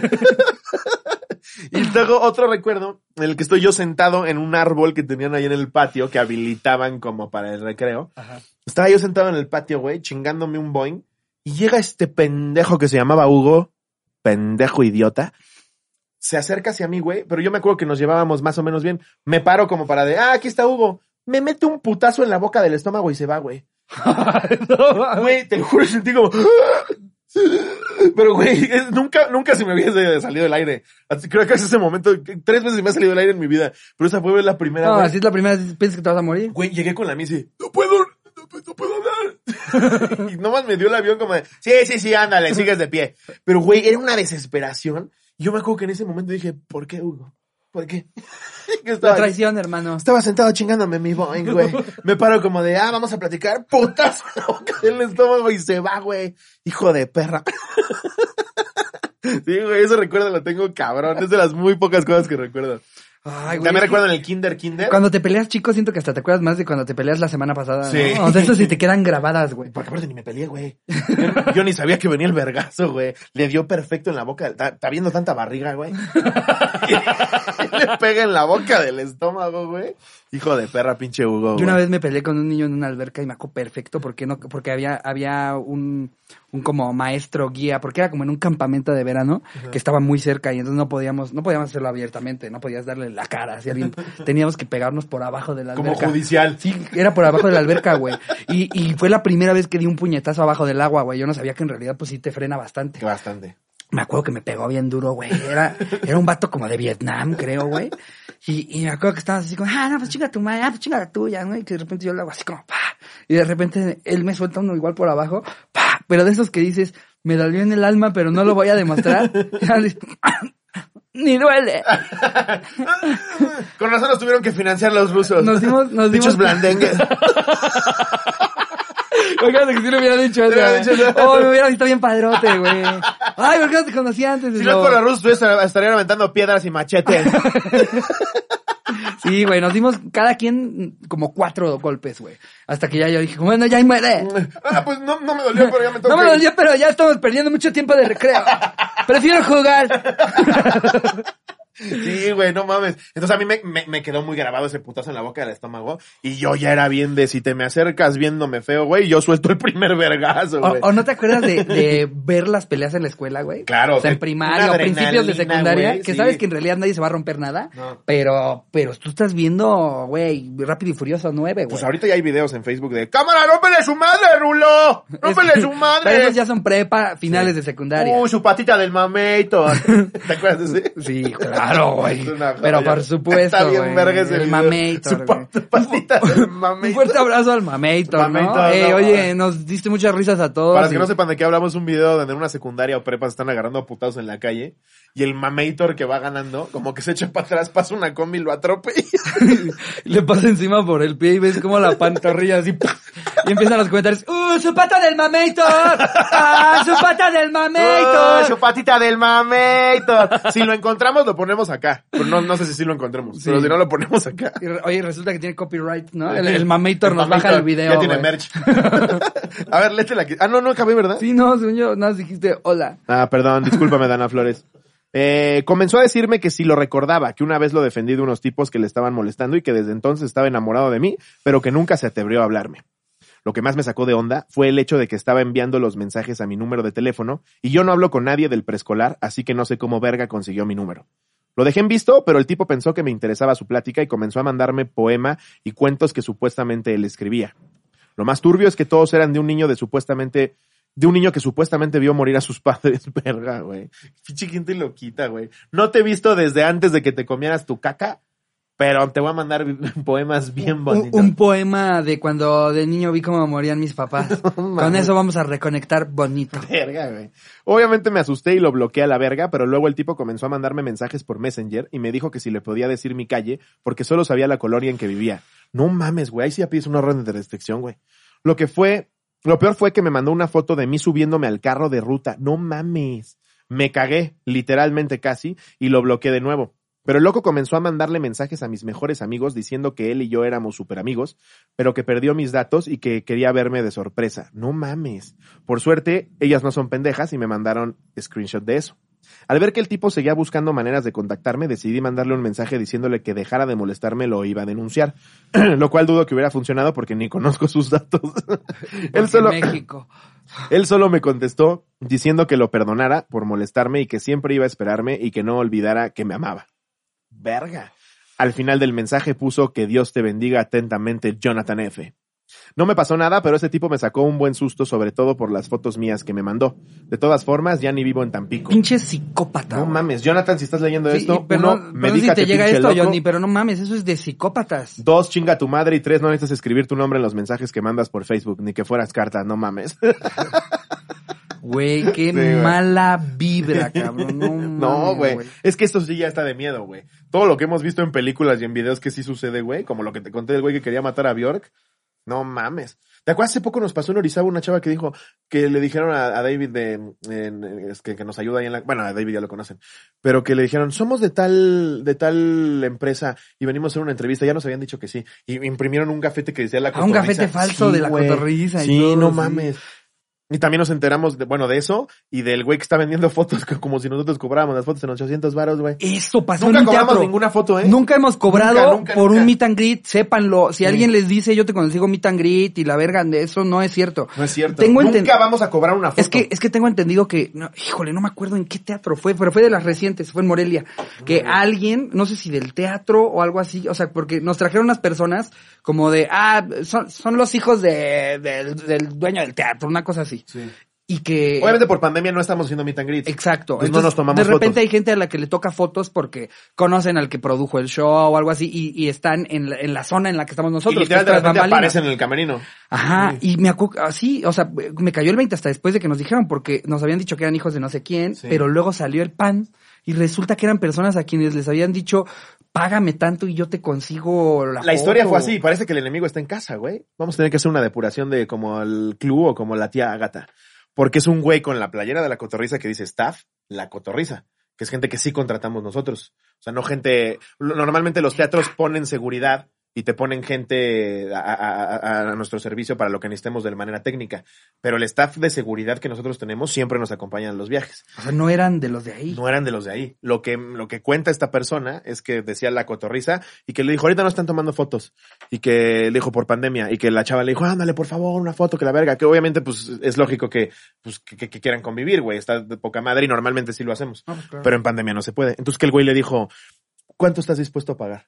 Y luego otro recuerdo en el que estoy yo sentado en un árbol que tenían ahí en el patio que habilitaban como para el recreo. Ajá. Estaba yo sentado en el patio, güey, chingándome un Boeing. Y llega este pendejo que se llamaba Hugo, pendejo idiota. Se acerca hacia mí, güey, pero yo me acuerdo que nos llevábamos más o menos bien. Me paro como para de, ah, aquí está Hugo. Me mete un putazo en la boca del estómago y se va, güey. Güey, te lo juro, sentí como... Pero, güey, es- nunca, nunca se me hubiese salido el aire. Así, creo que es ese momento, que tres veces me ha salido el aire en mi vida. Pero esa fue la primera, No, güey. así es la primera vez que piensas que te vas a morir. Güey, llegué con la misa y, no puedo, no, pu- no puedo hablar. Y nomás me dio el avión como de, sí, sí, sí, ándale, sigues de pie. Pero, güey, era una desesperación. Y yo me acuerdo que en ese momento dije, ¿por qué, Hugo? ¿Por qué? Que La estaba, traición, hermano. estaba sentado chingándome mi Boeing, güey. Me paro como de, ah, vamos a platicar. Putazo en la boca del estómago y se va, güey. Hijo de perra. Sí, güey, ese recuerdo lo tengo cabrón. Es de las muy pocas cosas que recuerdo. Ay, güey. También recuerdo en el kinder, kinder. Cuando te peleas, chico, siento que hasta te acuerdas más de cuando te peleas la semana pasada, Sí. ¿no? O sea, eso sí te quedan grabadas, güey. Porque aparte ni me peleé, güey. Yo, yo ni sabía que venía el vergazo, güey. Le dio perfecto en la boca. Está, está viendo tanta barriga, güey. Le pega en la boca del estómago, güey. Hijo de perra, pinche Hugo, Yo una güey. vez me peleé con un niño en una alberca y me acuerdo perfecto porque no, porque había, había un, un como maestro guía, porque era como en un campamento de verano que estaba muy cerca y entonces no podíamos, no podíamos hacerlo abiertamente, no podías darle la cara a alguien, teníamos que pegarnos por abajo de la Como alberca. judicial. Sí, era por abajo de la alberca, güey. Y, y fue la primera vez que di un puñetazo abajo del agua, güey. Yo no sabía que en realidad pues sí te frena bastante. Bastante. me acuerdo que me pegó bien duro, güey. Era, era un vato como de Vietnam, creo, güey. Y, y me acuerdo que estábamos así como, ah, no, pues chinga tu madre, ah, pues chinga la tuya, ¿no? Y que de repente yo lo hago así como, pa. Y de repente él me suelta uno igual por abajo, pa. Pero de esos que dices, me dolió en el alma, pero no lo voy a demostrar. Ni duele. Con razón nos tuvieron que financiar los rusos. Nos dimos, nos dimos. Dichos blandengues. Imagínate que si le hubiera dicho eso. Oh, me hubiera visto bien padrote, güey. Ay, ¿por qué no te conocí antes? Si no por los rusos, ustedes estarían aventando piedras y machetes. Sí, güey, nos dimos cada quien como cuatro golpes, güey. Hasta que ya yo dije, bueno, ya ahí muere. Ah, pues no, no me dolió, pero ya me toca. No me dolió, pero ya estamos perdiendo mucho tiempo de recreo. Prefiero jugar. Sí, güey, no mames. Entonces a mí me, me, me quedó muy grabado ese putazo en la boca del estómago. Y yo ya era bien de si te me acercas viéndome feo, güey, yo suelto el primer vergazo, güey. O, o no te acuerdas de, de ver las peleas en la escuela, güey. Claro. O sea, en primaria o principios de secundaria, güey, que sí. sabes que en realidad nadie se va a romper nada. No. Pero, pero tú estás viendo, güey, Rápido y Furioso nueve, güey. Pues ahorita ya hay videos en Facebook de ¡cámara, rómpele su madre, Rulo! ¡Rómpele su madre! Pero esos ya son prepa, finales sí. de secundaria. Uy, su patita del mameito. ¿Te acuerdas de ese? Sí, claro, güey. Pero joya. por supuesto, Está bien güey. verga ese El video. Mameitor, Su güey. pa- patita del Mameitor. Un fuerte abrazo al Mameitor, ¿no? Mameitor, Eh, no, oye, güey. nos diste muchas risas a todos. Para los que y- no sepan de qué hablamos, un video donde en una secundaria o prepa se están agarrando a putados en la calle y el Mameitor que va ganando, como que se echa para atrás, pasa una combi y lo atropella. Le pasa encima por el pie y ves como la pantorrilla así. Y empiezan los comentarios. ¡Uh, su pata del Mameitor! ¡Ah, su pata del Mameitor! ¡Oh, su patita del Mameitor! Si lo encontramos, lo ponemos acá. Pero no, no sé si sí lo encontremos. Sí. Pero si no, lo ponemos acá. Y re- Oye, resulta que tiene copyright, ¿no? El, el Mameitor El nos Mameitor baja el video. Ya tiene güey. merch. A ver, léete la que... Ah, no, no acabé, ¿verdad? Sí, no, según yo, nada, más dijiste hola. Ah, perdón, discúlpame, Dana Flores. Eh, comenzó a decirme que si lo recordaba, que una vez lo defendí de unos tipos que le estaban molestando y que desde entonces estaba enamorado de mí, pero que nunca se atrevió a hablarme. Lo que más me sacó de onda fue el hecho de que estaba enviando los mensajes a mi número de teléfono y yo no hablo con nadie del preescolar, así que no sé cómo verga consiguió mi número. Lo dejé en visto, pero el tipo pensó que me interesaba su plática y comenzó a mandarme poema y cuentos que supuestamente él escribía. Lo más turbio es que todos eran de un niño de supuestamente... De un niño que supuestamente vio morir a sus padres, verga, güey. Pinche gente loquita, güey. No te he visto desde antes de que te comieras tu caca, pero te voy a mandar poemas bien Un, bonitos. un poema de cuando de niño vi cómo morían mis papás. Con eso vamos a reconectar bonito. Verga, güey. Obviamente me asusté y lo bloqueé a la verga, pero luego el tipo comenzó a mandarme mensajes por Messenger y me dijo que si le podía decir mi calle, porque solo sabía la colonia en que vivía. No mames, güey. Ahí sí ya pides una orden de restricción, güey. Lo que fue... Lo peor fue que me mandó una foto de mí subiéndome al carro de ruta. No mames. Me cagué, literalmente casi, y lo bloqueé de nuevo. Pero el loco comenzó a mandarle mensajes a mis mejores amigos diciendo que él y yo éramos súper amigos, pero que perdió mis datos y que quería verme de sorpresa. No mames. Por suerte, ellas no son pendejas y me mandaron screenshot de eso. Al ver que el tipo seguía buscando maneras de contactarme, decidí mandarle un mensaje diciéndole que dejara de molestarme, lo iba a denunciar. Lo cual dudo que hubiera funcionado porque ni conozco sus datos. Él solo, México. él solo me contestó diciendo que lo perdonara por molestarme y que siempre iba a esperarme y que no olvidara que me amaba. Verga. Al final del mensaje puso que Dios te bendiga atentamente, Jonathan F. No me pasó nada, pero ese tipo me sacó un buen susto, sobre todo por las fotos mías que me mandó. De todas formas, ya ni vivo en Tampico. Pinche psicópata. No güey. mames, Jonathan, si estás leyendo Sí, esto, pero, uno, pero si medícate, te llega pinche esto, loco. Johnny, pero no mames, eso es de psicópatas. Dos, chinga tu madre. Y tres, no necesitas escribir tu nombre en los mensajes que mandas por Facebook, ni que fueras carta, no mames. Güey, qué Sí, güey. mala vibra, cabrón. No, No, mames, güey. Es que esto sí ya está de miedo, güey. Todo lo que hemos visto en películas y en videos que sí sucede, güey, como lo que te conté del güey que quería matar a Bjork. No mames. ¿Te acuerdas? Hace poco nos pasó en Orizaba una chava que dijo que le dijeron a, a David de, en- es que, que nos ayuda ahí en la, bueno, a David ya lo conocen, pero que le dijeron, somos de tal, de tal empresa y venimos a hacer una entrevista, ya nos habían dicho que sí, y imprimieron un gafete que decía la Ah, cotorriza. un gafete falso de la güey. cotorriza y Sí, todo, no sí. mames. Y también nos enteramos, de, bueno, de eso y del güey que está vendiendo fotos que como si nosotros cobráramos las fotos en ochocientos varos, güey. Eso pasó Nunca en un cobramos teatro. ninguna foto, ¿eh? Nunca hemos cobrado Nunca, nunca, por nunca. un meet and greet, sépanlo. Si Sí. alguien les dice yo te consigo meet and greet y la verga de eso, no es cierto. No es cierto. Tengo Nunca enten- vamos a cobrar una foto. Es que, es que tengo entendido que, no, híjole, no me acuerdo en qué teatro fue, pero fue de las recientes, fue en Morelia, que alguien, no sé si del teatro o algo así, o sea, porque nos trajeron unas personas como de, ah, son, son los hijos de, del, del dueño del teatro, una cosa así. Sí. y que... Obviamente por pandemia no estamos haciendo meet and greet. Exacto. Entonces, Entonces, no nos tomamos de repente fotos. hay gente a la que le toca fotos porque conocen al que produjo el show o algo así y, y están en la, en la zona en la que estamos nosotros. Y literal que de es tras repente bambalinas. aparecen en el camerino. Ajá, Sí. y me acu así, o sea, me cayó el veinte hasta después de que nos dijeron, porque nos habían dicho que eran hijos de no sé quién, Sí. pero luego salió el pan y resulta que eran personas a quienes les habían dicho, págame tanto y yo te consigo la La historia foto. fue así, parece que el enemigo está en casa, güey. Vamos a tener que hacer una depuración de como el club o como la tía Ágata. Porque es un güey con la playera de la cotorriza que dice staff, la cotorriza, que es gente que sí contratamos nosotros. O sea, no gente, normalmente los teatros ponen seguridad y te ponen gente a, a, a, a nuestro servicio para lo que necesitemos de manera técnica. Pero el staff de seguridad que nosotros tenemos siempre nos acompaña en los viajes. O sea, no eran de los de ahí. No eran de los de ahí. Lo que, lo que cuenta esta persona es que decía la cotorriza y que le dijo, ahorita no están tomando fotos. Y que le dijo por pandemia. Y que la chava le dijo, ándale, por favor, una foto, que la verga. Que obviamente, pues, es lógico que, pues, que, que, que quieran convivir, güey. Está de poca madre y normalmente sí lo hacemos. Ah, pues, claro. Pero en pandemia no se puede. Entonces que el güey le dijo, ¿cuánto estás dispuesto a pagar?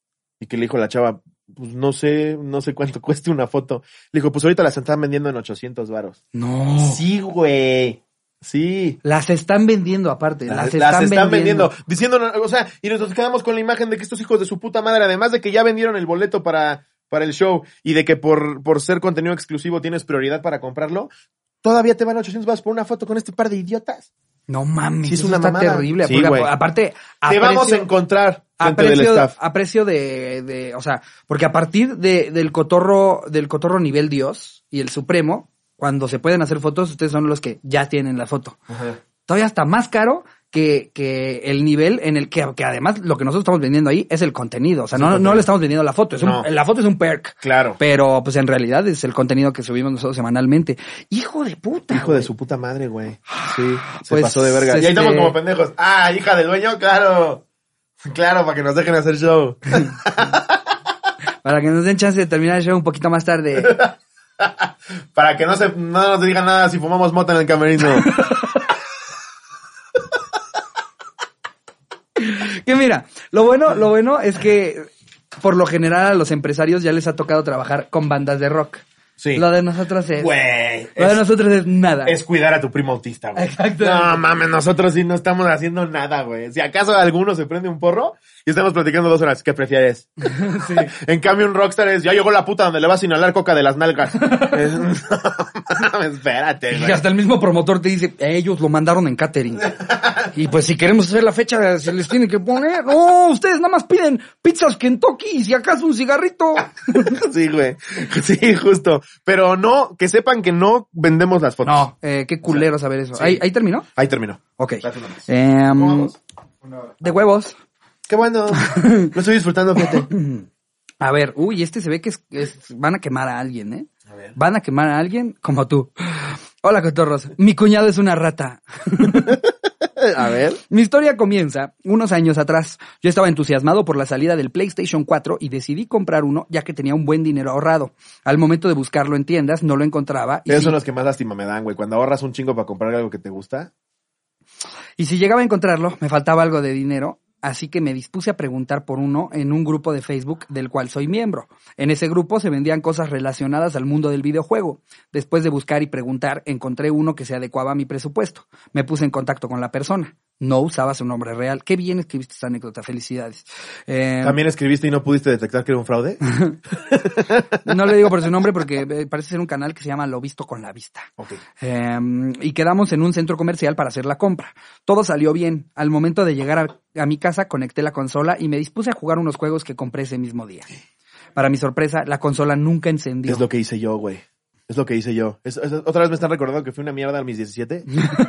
Y que le dijo la chava, pues no sé, no sé cuánto cueste una foto. Le dijo, pues ahorita las están vendiendo en ochocientos varos. No. Sí, güey. Sí. Las están vendiendo aparte, las, Las, están, las están vendiendo. vendiendo. Diciendo, o sea, y nos quedamos con la imagen de que estos hijos de su puta madre, además de que ya vendieron el boleto para, para el show y de que por, por ser contenido exclusivo tienes prioridad para comprarlo, todavía te van ochocientos varos por una foto con este par de idiotas. No mames, Sí, es eso una está mamada. terrible. Sí, porque güey. aparte, a Te vamos a precio- encontrar a gente del precio, staff. a precio de, de, o sea, porque a partir de, del cotorro, del cotorro nivel Dios y el Supremo, cuando se pueden hacer fotos, ustedes son los que ya tienen la foto. Ajá. Todavía está más caro que, que el nivel en el que, que además lo que nosotros estamos vendiendo ahí es el contenido. O sea, Es el no, no contenido. le estamos vendiendo la foto. Es un- No. la foto es un perk. Claro. Pero, pues, en realidad es el contenido que subimos nosotros semanalmente. Hijo de puta. Hijo de güey. su puta madre, güey. Sí, se Pues, pasó de verga. Y este- ahí estamos como pendejos. Ah, hija del dueño, claro. Claro, para que nos dejen hacer show. Para que nos den chance de terminar el show un poquito más tarde. Para que no se, no nos digan nada si fumamos mota en el camerino. Que mira, lo bueno, lo bueno es que por lo general a los empresarios ya les ha tocado trabajar con bandas de rock. Sí. Lo de nosotros es... Güey. Lo de es- nosotros es nada. Es cuidar a tu primo autista, güey. Exacto. No mames, nosotros sí no estamos haciendo nada, güey. Si acaso alguno se prende un porro y estamos platicando dos horas, ¿qué prefieres? Sí. En cambio, un rockstar es, ya llegó la puta donde le vas a inhalar coca de las nalgas. Es- no mames, espérate, Y güey. hasta el mismo promotor te dice, ellos lo mandaron en catering. Y pues si queremos hacer la fecha, se les tiene que poner. No, ustedes nada más piden pizzas Kentucky y si acaso un cigarrito. Sí, güey. Sí, justo. Pero no, que sepan que no vendemos las fotos. No, eh, qué culero saber eso. sí. ¿Ahí, ¿Ahí terminó? Ahí terminó. Ok. Date una más. Em, ¿Cómo vamos? de huevos. Qué bueno. Lo estoy disfrutando, fíjate. A ver, uy, este se ve que es, es- van a quemar a alguien, ¿eh? A ver. Van a quemar a alguien como tú. Hola, cotorros. Mi cuñado es una rata. A ver. Mi historia comienza unos años atrás. Yo estaba entusiasmado por la salida del PlayStation cuatro y decidí comprar uno ya que tenía un buen dinero ahorrado. Al momento de buscarlo en tiendas no lo encontraba. Y Esos si, son los que más lástima me dan, güey. Cuando ahorras un chingo para comprar algo que te gusta. y si llegaba a encontrarlo, me faltaba algo de dinero. Así que me dispuse a preguntar por uno en un grupo de Facebook del cual soy miembro. En ese grupo se vendían cosas relacionadas al mundo del videojuego. Después de buscar y preguntar, encontré uno que se adecuaba a mi presupuesto. Me puse en contacto con la persona. No usaba su nombre real. Qué bien escribiste esta anécdota. Felicidades. Eh, ¿También escribiste y no pudiste detectar que era un fraude? no le digo por su nombre porque eh, parece ser un canal que se llama Lo Visto con la Vista. Ok. Eh, y quedamos en un centro comercial para hacer la compra. Todo salió bien. Al momento de llegar a, a mi casa, conecté la consola y me dispuse a jugar unos juegos que compré ese mismo día. Para mi sorpresa, la consola nunca encendió. Es lo que hice yo, güey. Es lo que hice yo. Es- es- otra vez me están recordando que fui una mierda a mis diecisiete.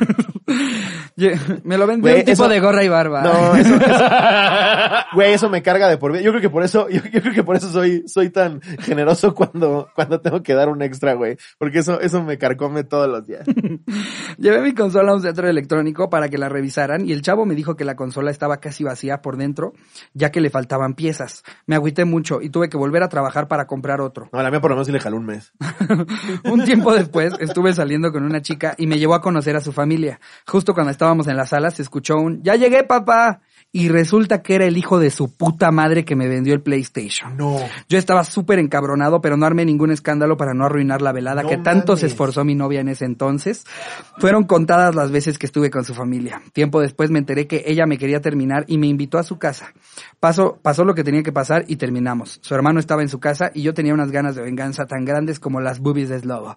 Ye- Me lo vendió Güey, un tipo eso- de gorra y barba. No, eso, eso- güey, eso me carga de por vida. Yo creo que por eso, yo, yo creo que por eso soy, soy tan generoso cuando, cuando tengo que dar un extra, güey. Porque eso, eso me carcome todos los días. Llevé mi consola a un centro electrónico para que la revisaran y el chavo me dijo que la consola estaba casi vacía por dentro, ya que le faltaban piezas. Me agüité mucho y tuve que volver a trabajar para comprar otro. No, la mía por lo menos sí le jaló un mes. Un tiempo después estuve saliendo con una chica y me llevó a conocer a su familia. Justo cuando estábamos en la sala se escuchó un "¡Ya llegué, papá!" y resulta que era el hijo de su puta madre que me vendió el PlayStation. No. Yo estaba súper encabronado, pero no armé ningún escándalo para no arruinar la velada No que tanto mames. se esforzó mi novia en ese entonces. Fueron contadas las veces que estuve con su familia. Tiempo después me enteré que ella me quería terminar y me invitó a su casa. Pasó, pasó lo que tenía que pasar y terminamos. Su hermano estaba en su casa y yo tenía unas ganas de venganza tan grandes como las boobies de Slobo.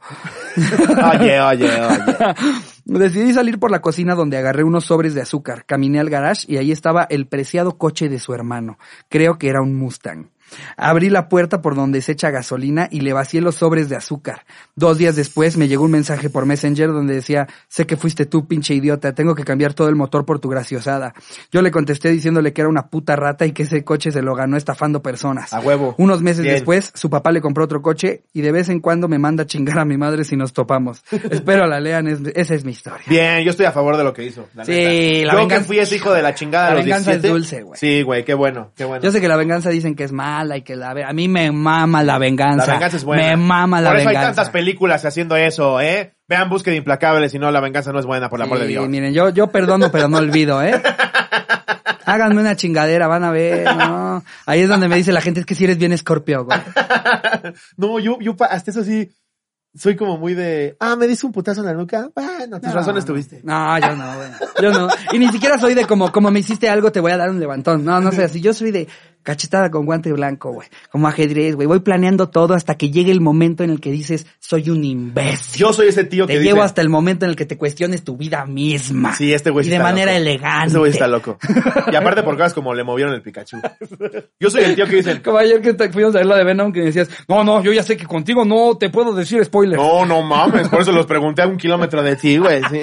Oye, oye, oye. Decidí salir por la cocina donde agarré unos sobres de azúcar. Caminé al garage y ahí estaba el preciado coche de su hermano. Creo que era un Mustang. Abrí la puerta por donde se echa gasolina y le vacié los sobres de azúcar. Dos días después me llegó un mensaje por Messenger donde decía: sé que fuiste tú, pinche idiota, tengo que cambiar todo el motor por tu graciosada. Yo le contesté diciéndole que era una puta rata y que ese coche se lo ganó estafando personas. A huevo. Unos meses Bien. después, su papá le compró otro coche y de vez en cuando me manda a chingar a mi madre si nos topamos. Espero la lean, es- esa es mi historia. Bien, yo estoy a favor de lo que hizo. La Sí, neta. la Yo venganza- que fui ese hijo de la chingada la a los venganza es diecisiete. dulce, güey. Sí, güey, qué bueno, qué bueno. Yo sé que la venganza dicen que es mala y que la... A mí me mama la venganza. La venganza es buena. Me mama la Por eso venganza. hay tantas películas haciendo eso, ¿eh? Vean Búsqueda Implacable, si no, la venganza no es buena, por el amor de Sí, Dios. miren, yo, yo perdono, pero no olvido, ¿eh? Háganme una chingadera, van a ver, ¿no? Ahí es donde me dice la gente, es que si eres bien Scorpio, güey. No, yo, yo pa- hasta eso sí, soy como muy de, ah, me diste un putazo en la nuca. Bueno, tus No, razones no. tuviste. No, yo no, güey. Yo no. Y ni siquiera soy de como, como me hiciste algo, te voy a dar un levantón. No, no sé, así yo soy de cachetada con guante blanco, güey. Como ajedrez, güey. Voy planeando todo hasta que llegue el momento en el que dices, soy un imbécil. Yo soy ese tío Te que llevo dice, hasta el momento en el que te cuestiones tu vida misma. sí, este güey sí Y de está manera loco. elegante. Ese güey está loco. Y aparte por cosas como le movieron el Pikachu. Yo soy el tío que dicen, Como ayer que te- fuimos a ver la de Venom, que me decías, no, no, yo ya sé que contigo no te puedo decir spoilers. no, no mames, por eso los pregunté a un kilómetro de ti, güey. Sí.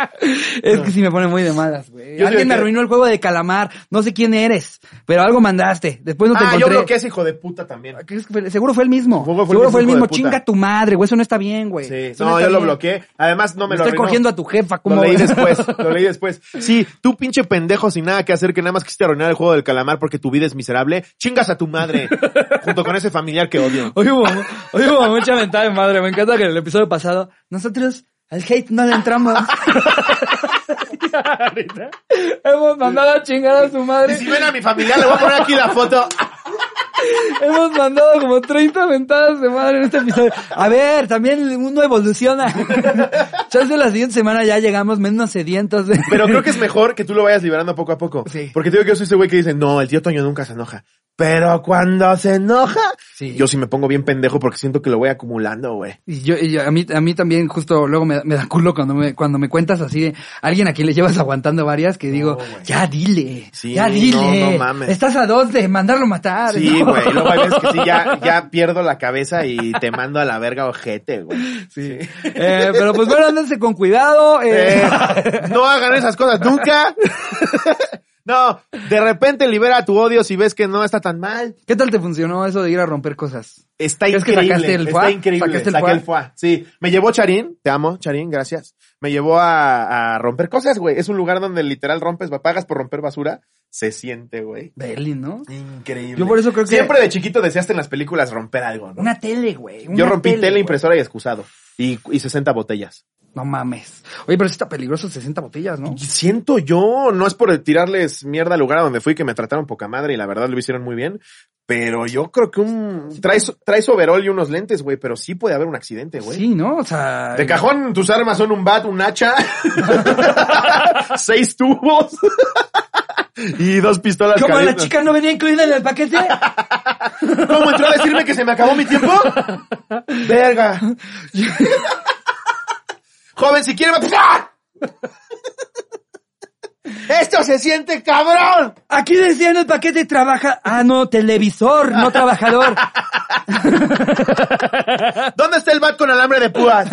Es que sí me pone muy de malas, güey. Yo Alguien soy me el que- arruinó el juego de calamar. No sé quién eres, pero algo mandaste. Después no te Ah, yo encontré. creo que es hijo de puta también. ¿Crees que fue- Seguro fue el mismo. Seguro fue el Seguro mismo fue el hijo de mismo. puta. Chinga tu madre, güey. Eso no está bien, güey. Sí, Eso no, está yo lo bien. bloqueé. Además, no me, Me lo estoy arruinó. cogiendo a tu jefa. Lo ¿Cómo? leí después, lo leí después. Sí, tú pinche pendejo sin nada que hacer, que nada más quisiste arruinar el juego del calamar porque tu vida es miserable, chingas a tu madre, junto con ese familiar que odio. Hoy hubo, hoy hubo mucha mentada de madre. Me encanta que en el episodio pasado, nosotros al hate no le entramos. Ahorita hemos mandado a chingar a su Y madre. si ven a mi familiar, le voy a poner aquí la foto. Hemos mandado como treinta mentadas de madre en este episodio. A ver, también uno evoluciona. Chance la siguiente semana ya llegamos menos sedientos. de- Pero creo que es mejor que tú lo vayas liberando poco a poco. Sí. Porque te digo que yo soy ese güey que dice, no, el tío Toño nunca se enoja. Pero cuando se enoja, Sí. yo sí me pongo bien pendejo porque siento que lo voy acumulando, güey. Y yo, y yo- a mí, a mí también justo luego me, me da culo cuando me, cuando me cuentas así de alguien a quien le llevas aguantando varias que digo, güey. ya dile, Sí, ya dile, no, no mames. estás a dos de mandarlo matar. Sí, ¿no? güey. Luego hay veces que sí, ya, ya pierdo la cabeza y te mando a la verga ojete, güey. Sí. Eh, pero pues bueno, ándense con cuidado. Eh. Eh, no hagan esas cosas nunca. No, de repente libera tu odio si ves que no está tan mal. ¿Qué tal te funcionó eso de ir a romper cosas? Está ¿Crees que increíble. sacaste el está foie? increíble. ¿Sacaste el Saqué foie? el foie. Sí. Me llevó Charín. Te amo, Charín. Gracias. Me llevó a, a romper cosas, güey. Es un lugar donde literal rompes, pagas por romper basura. Se siente, güey. Belly, ¿no? Increíble. Yo por eso creo que- Siempre de chiquito deseaste en las películas romper algo, ¿no? Una tele, güey. Yo una rompí tele, güey. impresora y excusado. Y, y sesenta botellas. No mames. Oye, pero sí está peligroso sesenta botellas, ¿no? Siento yo, no es por tirarles mierda al lugar a donde fui que me trataron poca madre y la verdad lo hicieron muy bien, pero yo creo que un traes traes overall y unos lentes, güey, pero sí puede haber un accidente, güey. Sí, ¿no? O sea... De cajón tus armas son un bat, un hacha, seis tubos y dos pistolas ¿Cómo la calientes. chica no venía incluida en el paquete? ¿Cómo entró a decirme que se me acabó mi tiempo? Verga. Joven, si quiere ¡Ah! ¡Esto se siente cabrón! Aquí decía en el paquete trabaja... Ah, no, televisor, no trabajador. ¿Dónde está el bat con alambre de púas?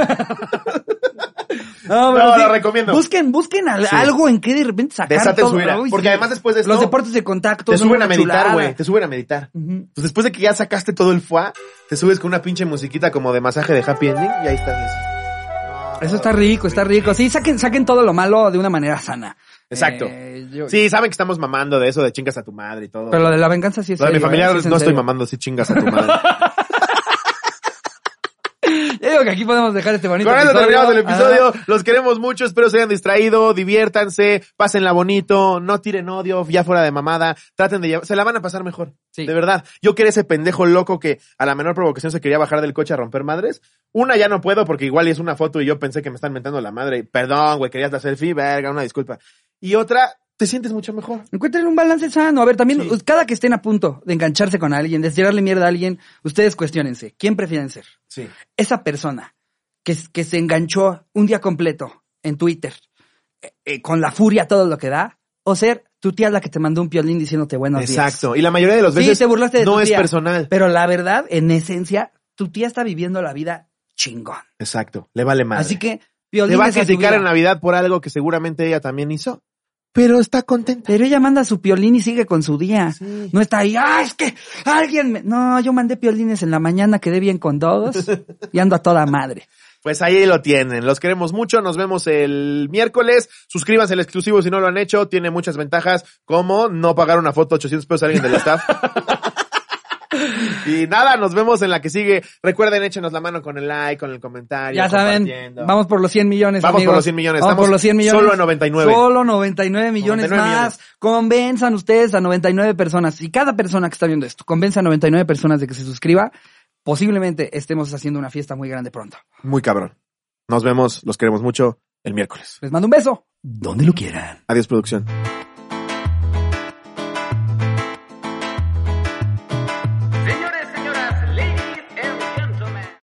No, No, lo recomiendo. Busquen, busquen al- Sí. algo en qué de repente sacar Desaten todo. su ira. Uy, Porque sí. además después de esto... Los deportes de contacto te son suben a una meditar, chulada. güey. Te suben a meditar. Ujú. Pues después de que ya sacaste todo el foie, te subes con una pinche musiquita como de masaje de happy ending y ahí estás. Eso está rico, está rico. Sí, saquen, saquen todo lo malo de una manera sana. Exacto. Eh, yo- Sí, saben que estamos mamando de eso, de chingas a tu madre y todo. Pero lo de la venganza sí es Lo de mi serio, familia ¿eh? Sí es en no estoy serio. mamando, sí chingas a tu madre. Ya digo que aquí podemos dejar este bonito Con eso episodio. terminamos el episodio. Ajá. Los queremos mucho. Espero se hayan distraído. Diviértanse. Pásenla bonito. No tiren odio. Ya fuera de mamada. Traten de llevar. Se la van a pasar mejor. Sí. De verdad. Yo que era ese pendejo loco que a la menor provocación se quería bajar del coche a romper madres. Una ya no puedo porque igual es una foto y yo pensé que me están mentando la madre. Perdón, güey. Querías la selfie. Verga, una disculpa. Y otra, te sientes mucho mejor. Encuentren un balance sano. A ver, también, Sí. cada que estén a punto de engancharse con alguien, de tirarle mierda a alguien, ustedes cuestiónense. ¿Quién prefieren ser? Sí. Esa persona que, que se enganchó un día completo en Twitter, eh, eh, con la furia todo lo que da, o ser tu tía la que te mandó un piolín diciéndote buenos días. Exacto. Y la mayoría de los Sí, veces te burlaste de no tu es tía, personal. Pero la verdad, en esencia, tu tía está viviendo la vida chingón. Exacto. Le vale madre. Así que, Te piolines va a a su criticar vida. en Navidad por algo que seguramente ella también hizo. Pero está contenta. Pero ella manda su piolín y sigue con su día. Sí. No está ahí, ¡ah, es que alguien me... No, yo mandé piolines en la mañana, quedé bien con todos y ando a toda madre. Pues ahí lo tienen. Los queremos mucho. Nos vemos el miércoles. Suscríbanse al exclusivo si no lo han hecho. Tiene muchas ventajas, como no pagar una foto ochocientos pesos a alguien del staff. Y nada, nos vemos en la que sigue. Recuerden, échenos la mano con el like, con el comentario. Ya saben, compartiendo. vamos por los cien millones, Vamos amigos. por los cien millones. Vamos Estamos por los cien millones. solo a noventa y nueve. Solo noventa y nueve millones noventa y nueve más. millones. Convenzan ustedes a noventa y nueve personas. Y cada persona que está viendo esto, convence a noventa y nueve personas de que se suscriba. Posiblemente estemos haciendo una fiesta muy grande pronto. Muy cabrón. Nos vemos, los queremos mucho el miércoles. Les mando un beso. Donde lo quieran. Adiós, producción.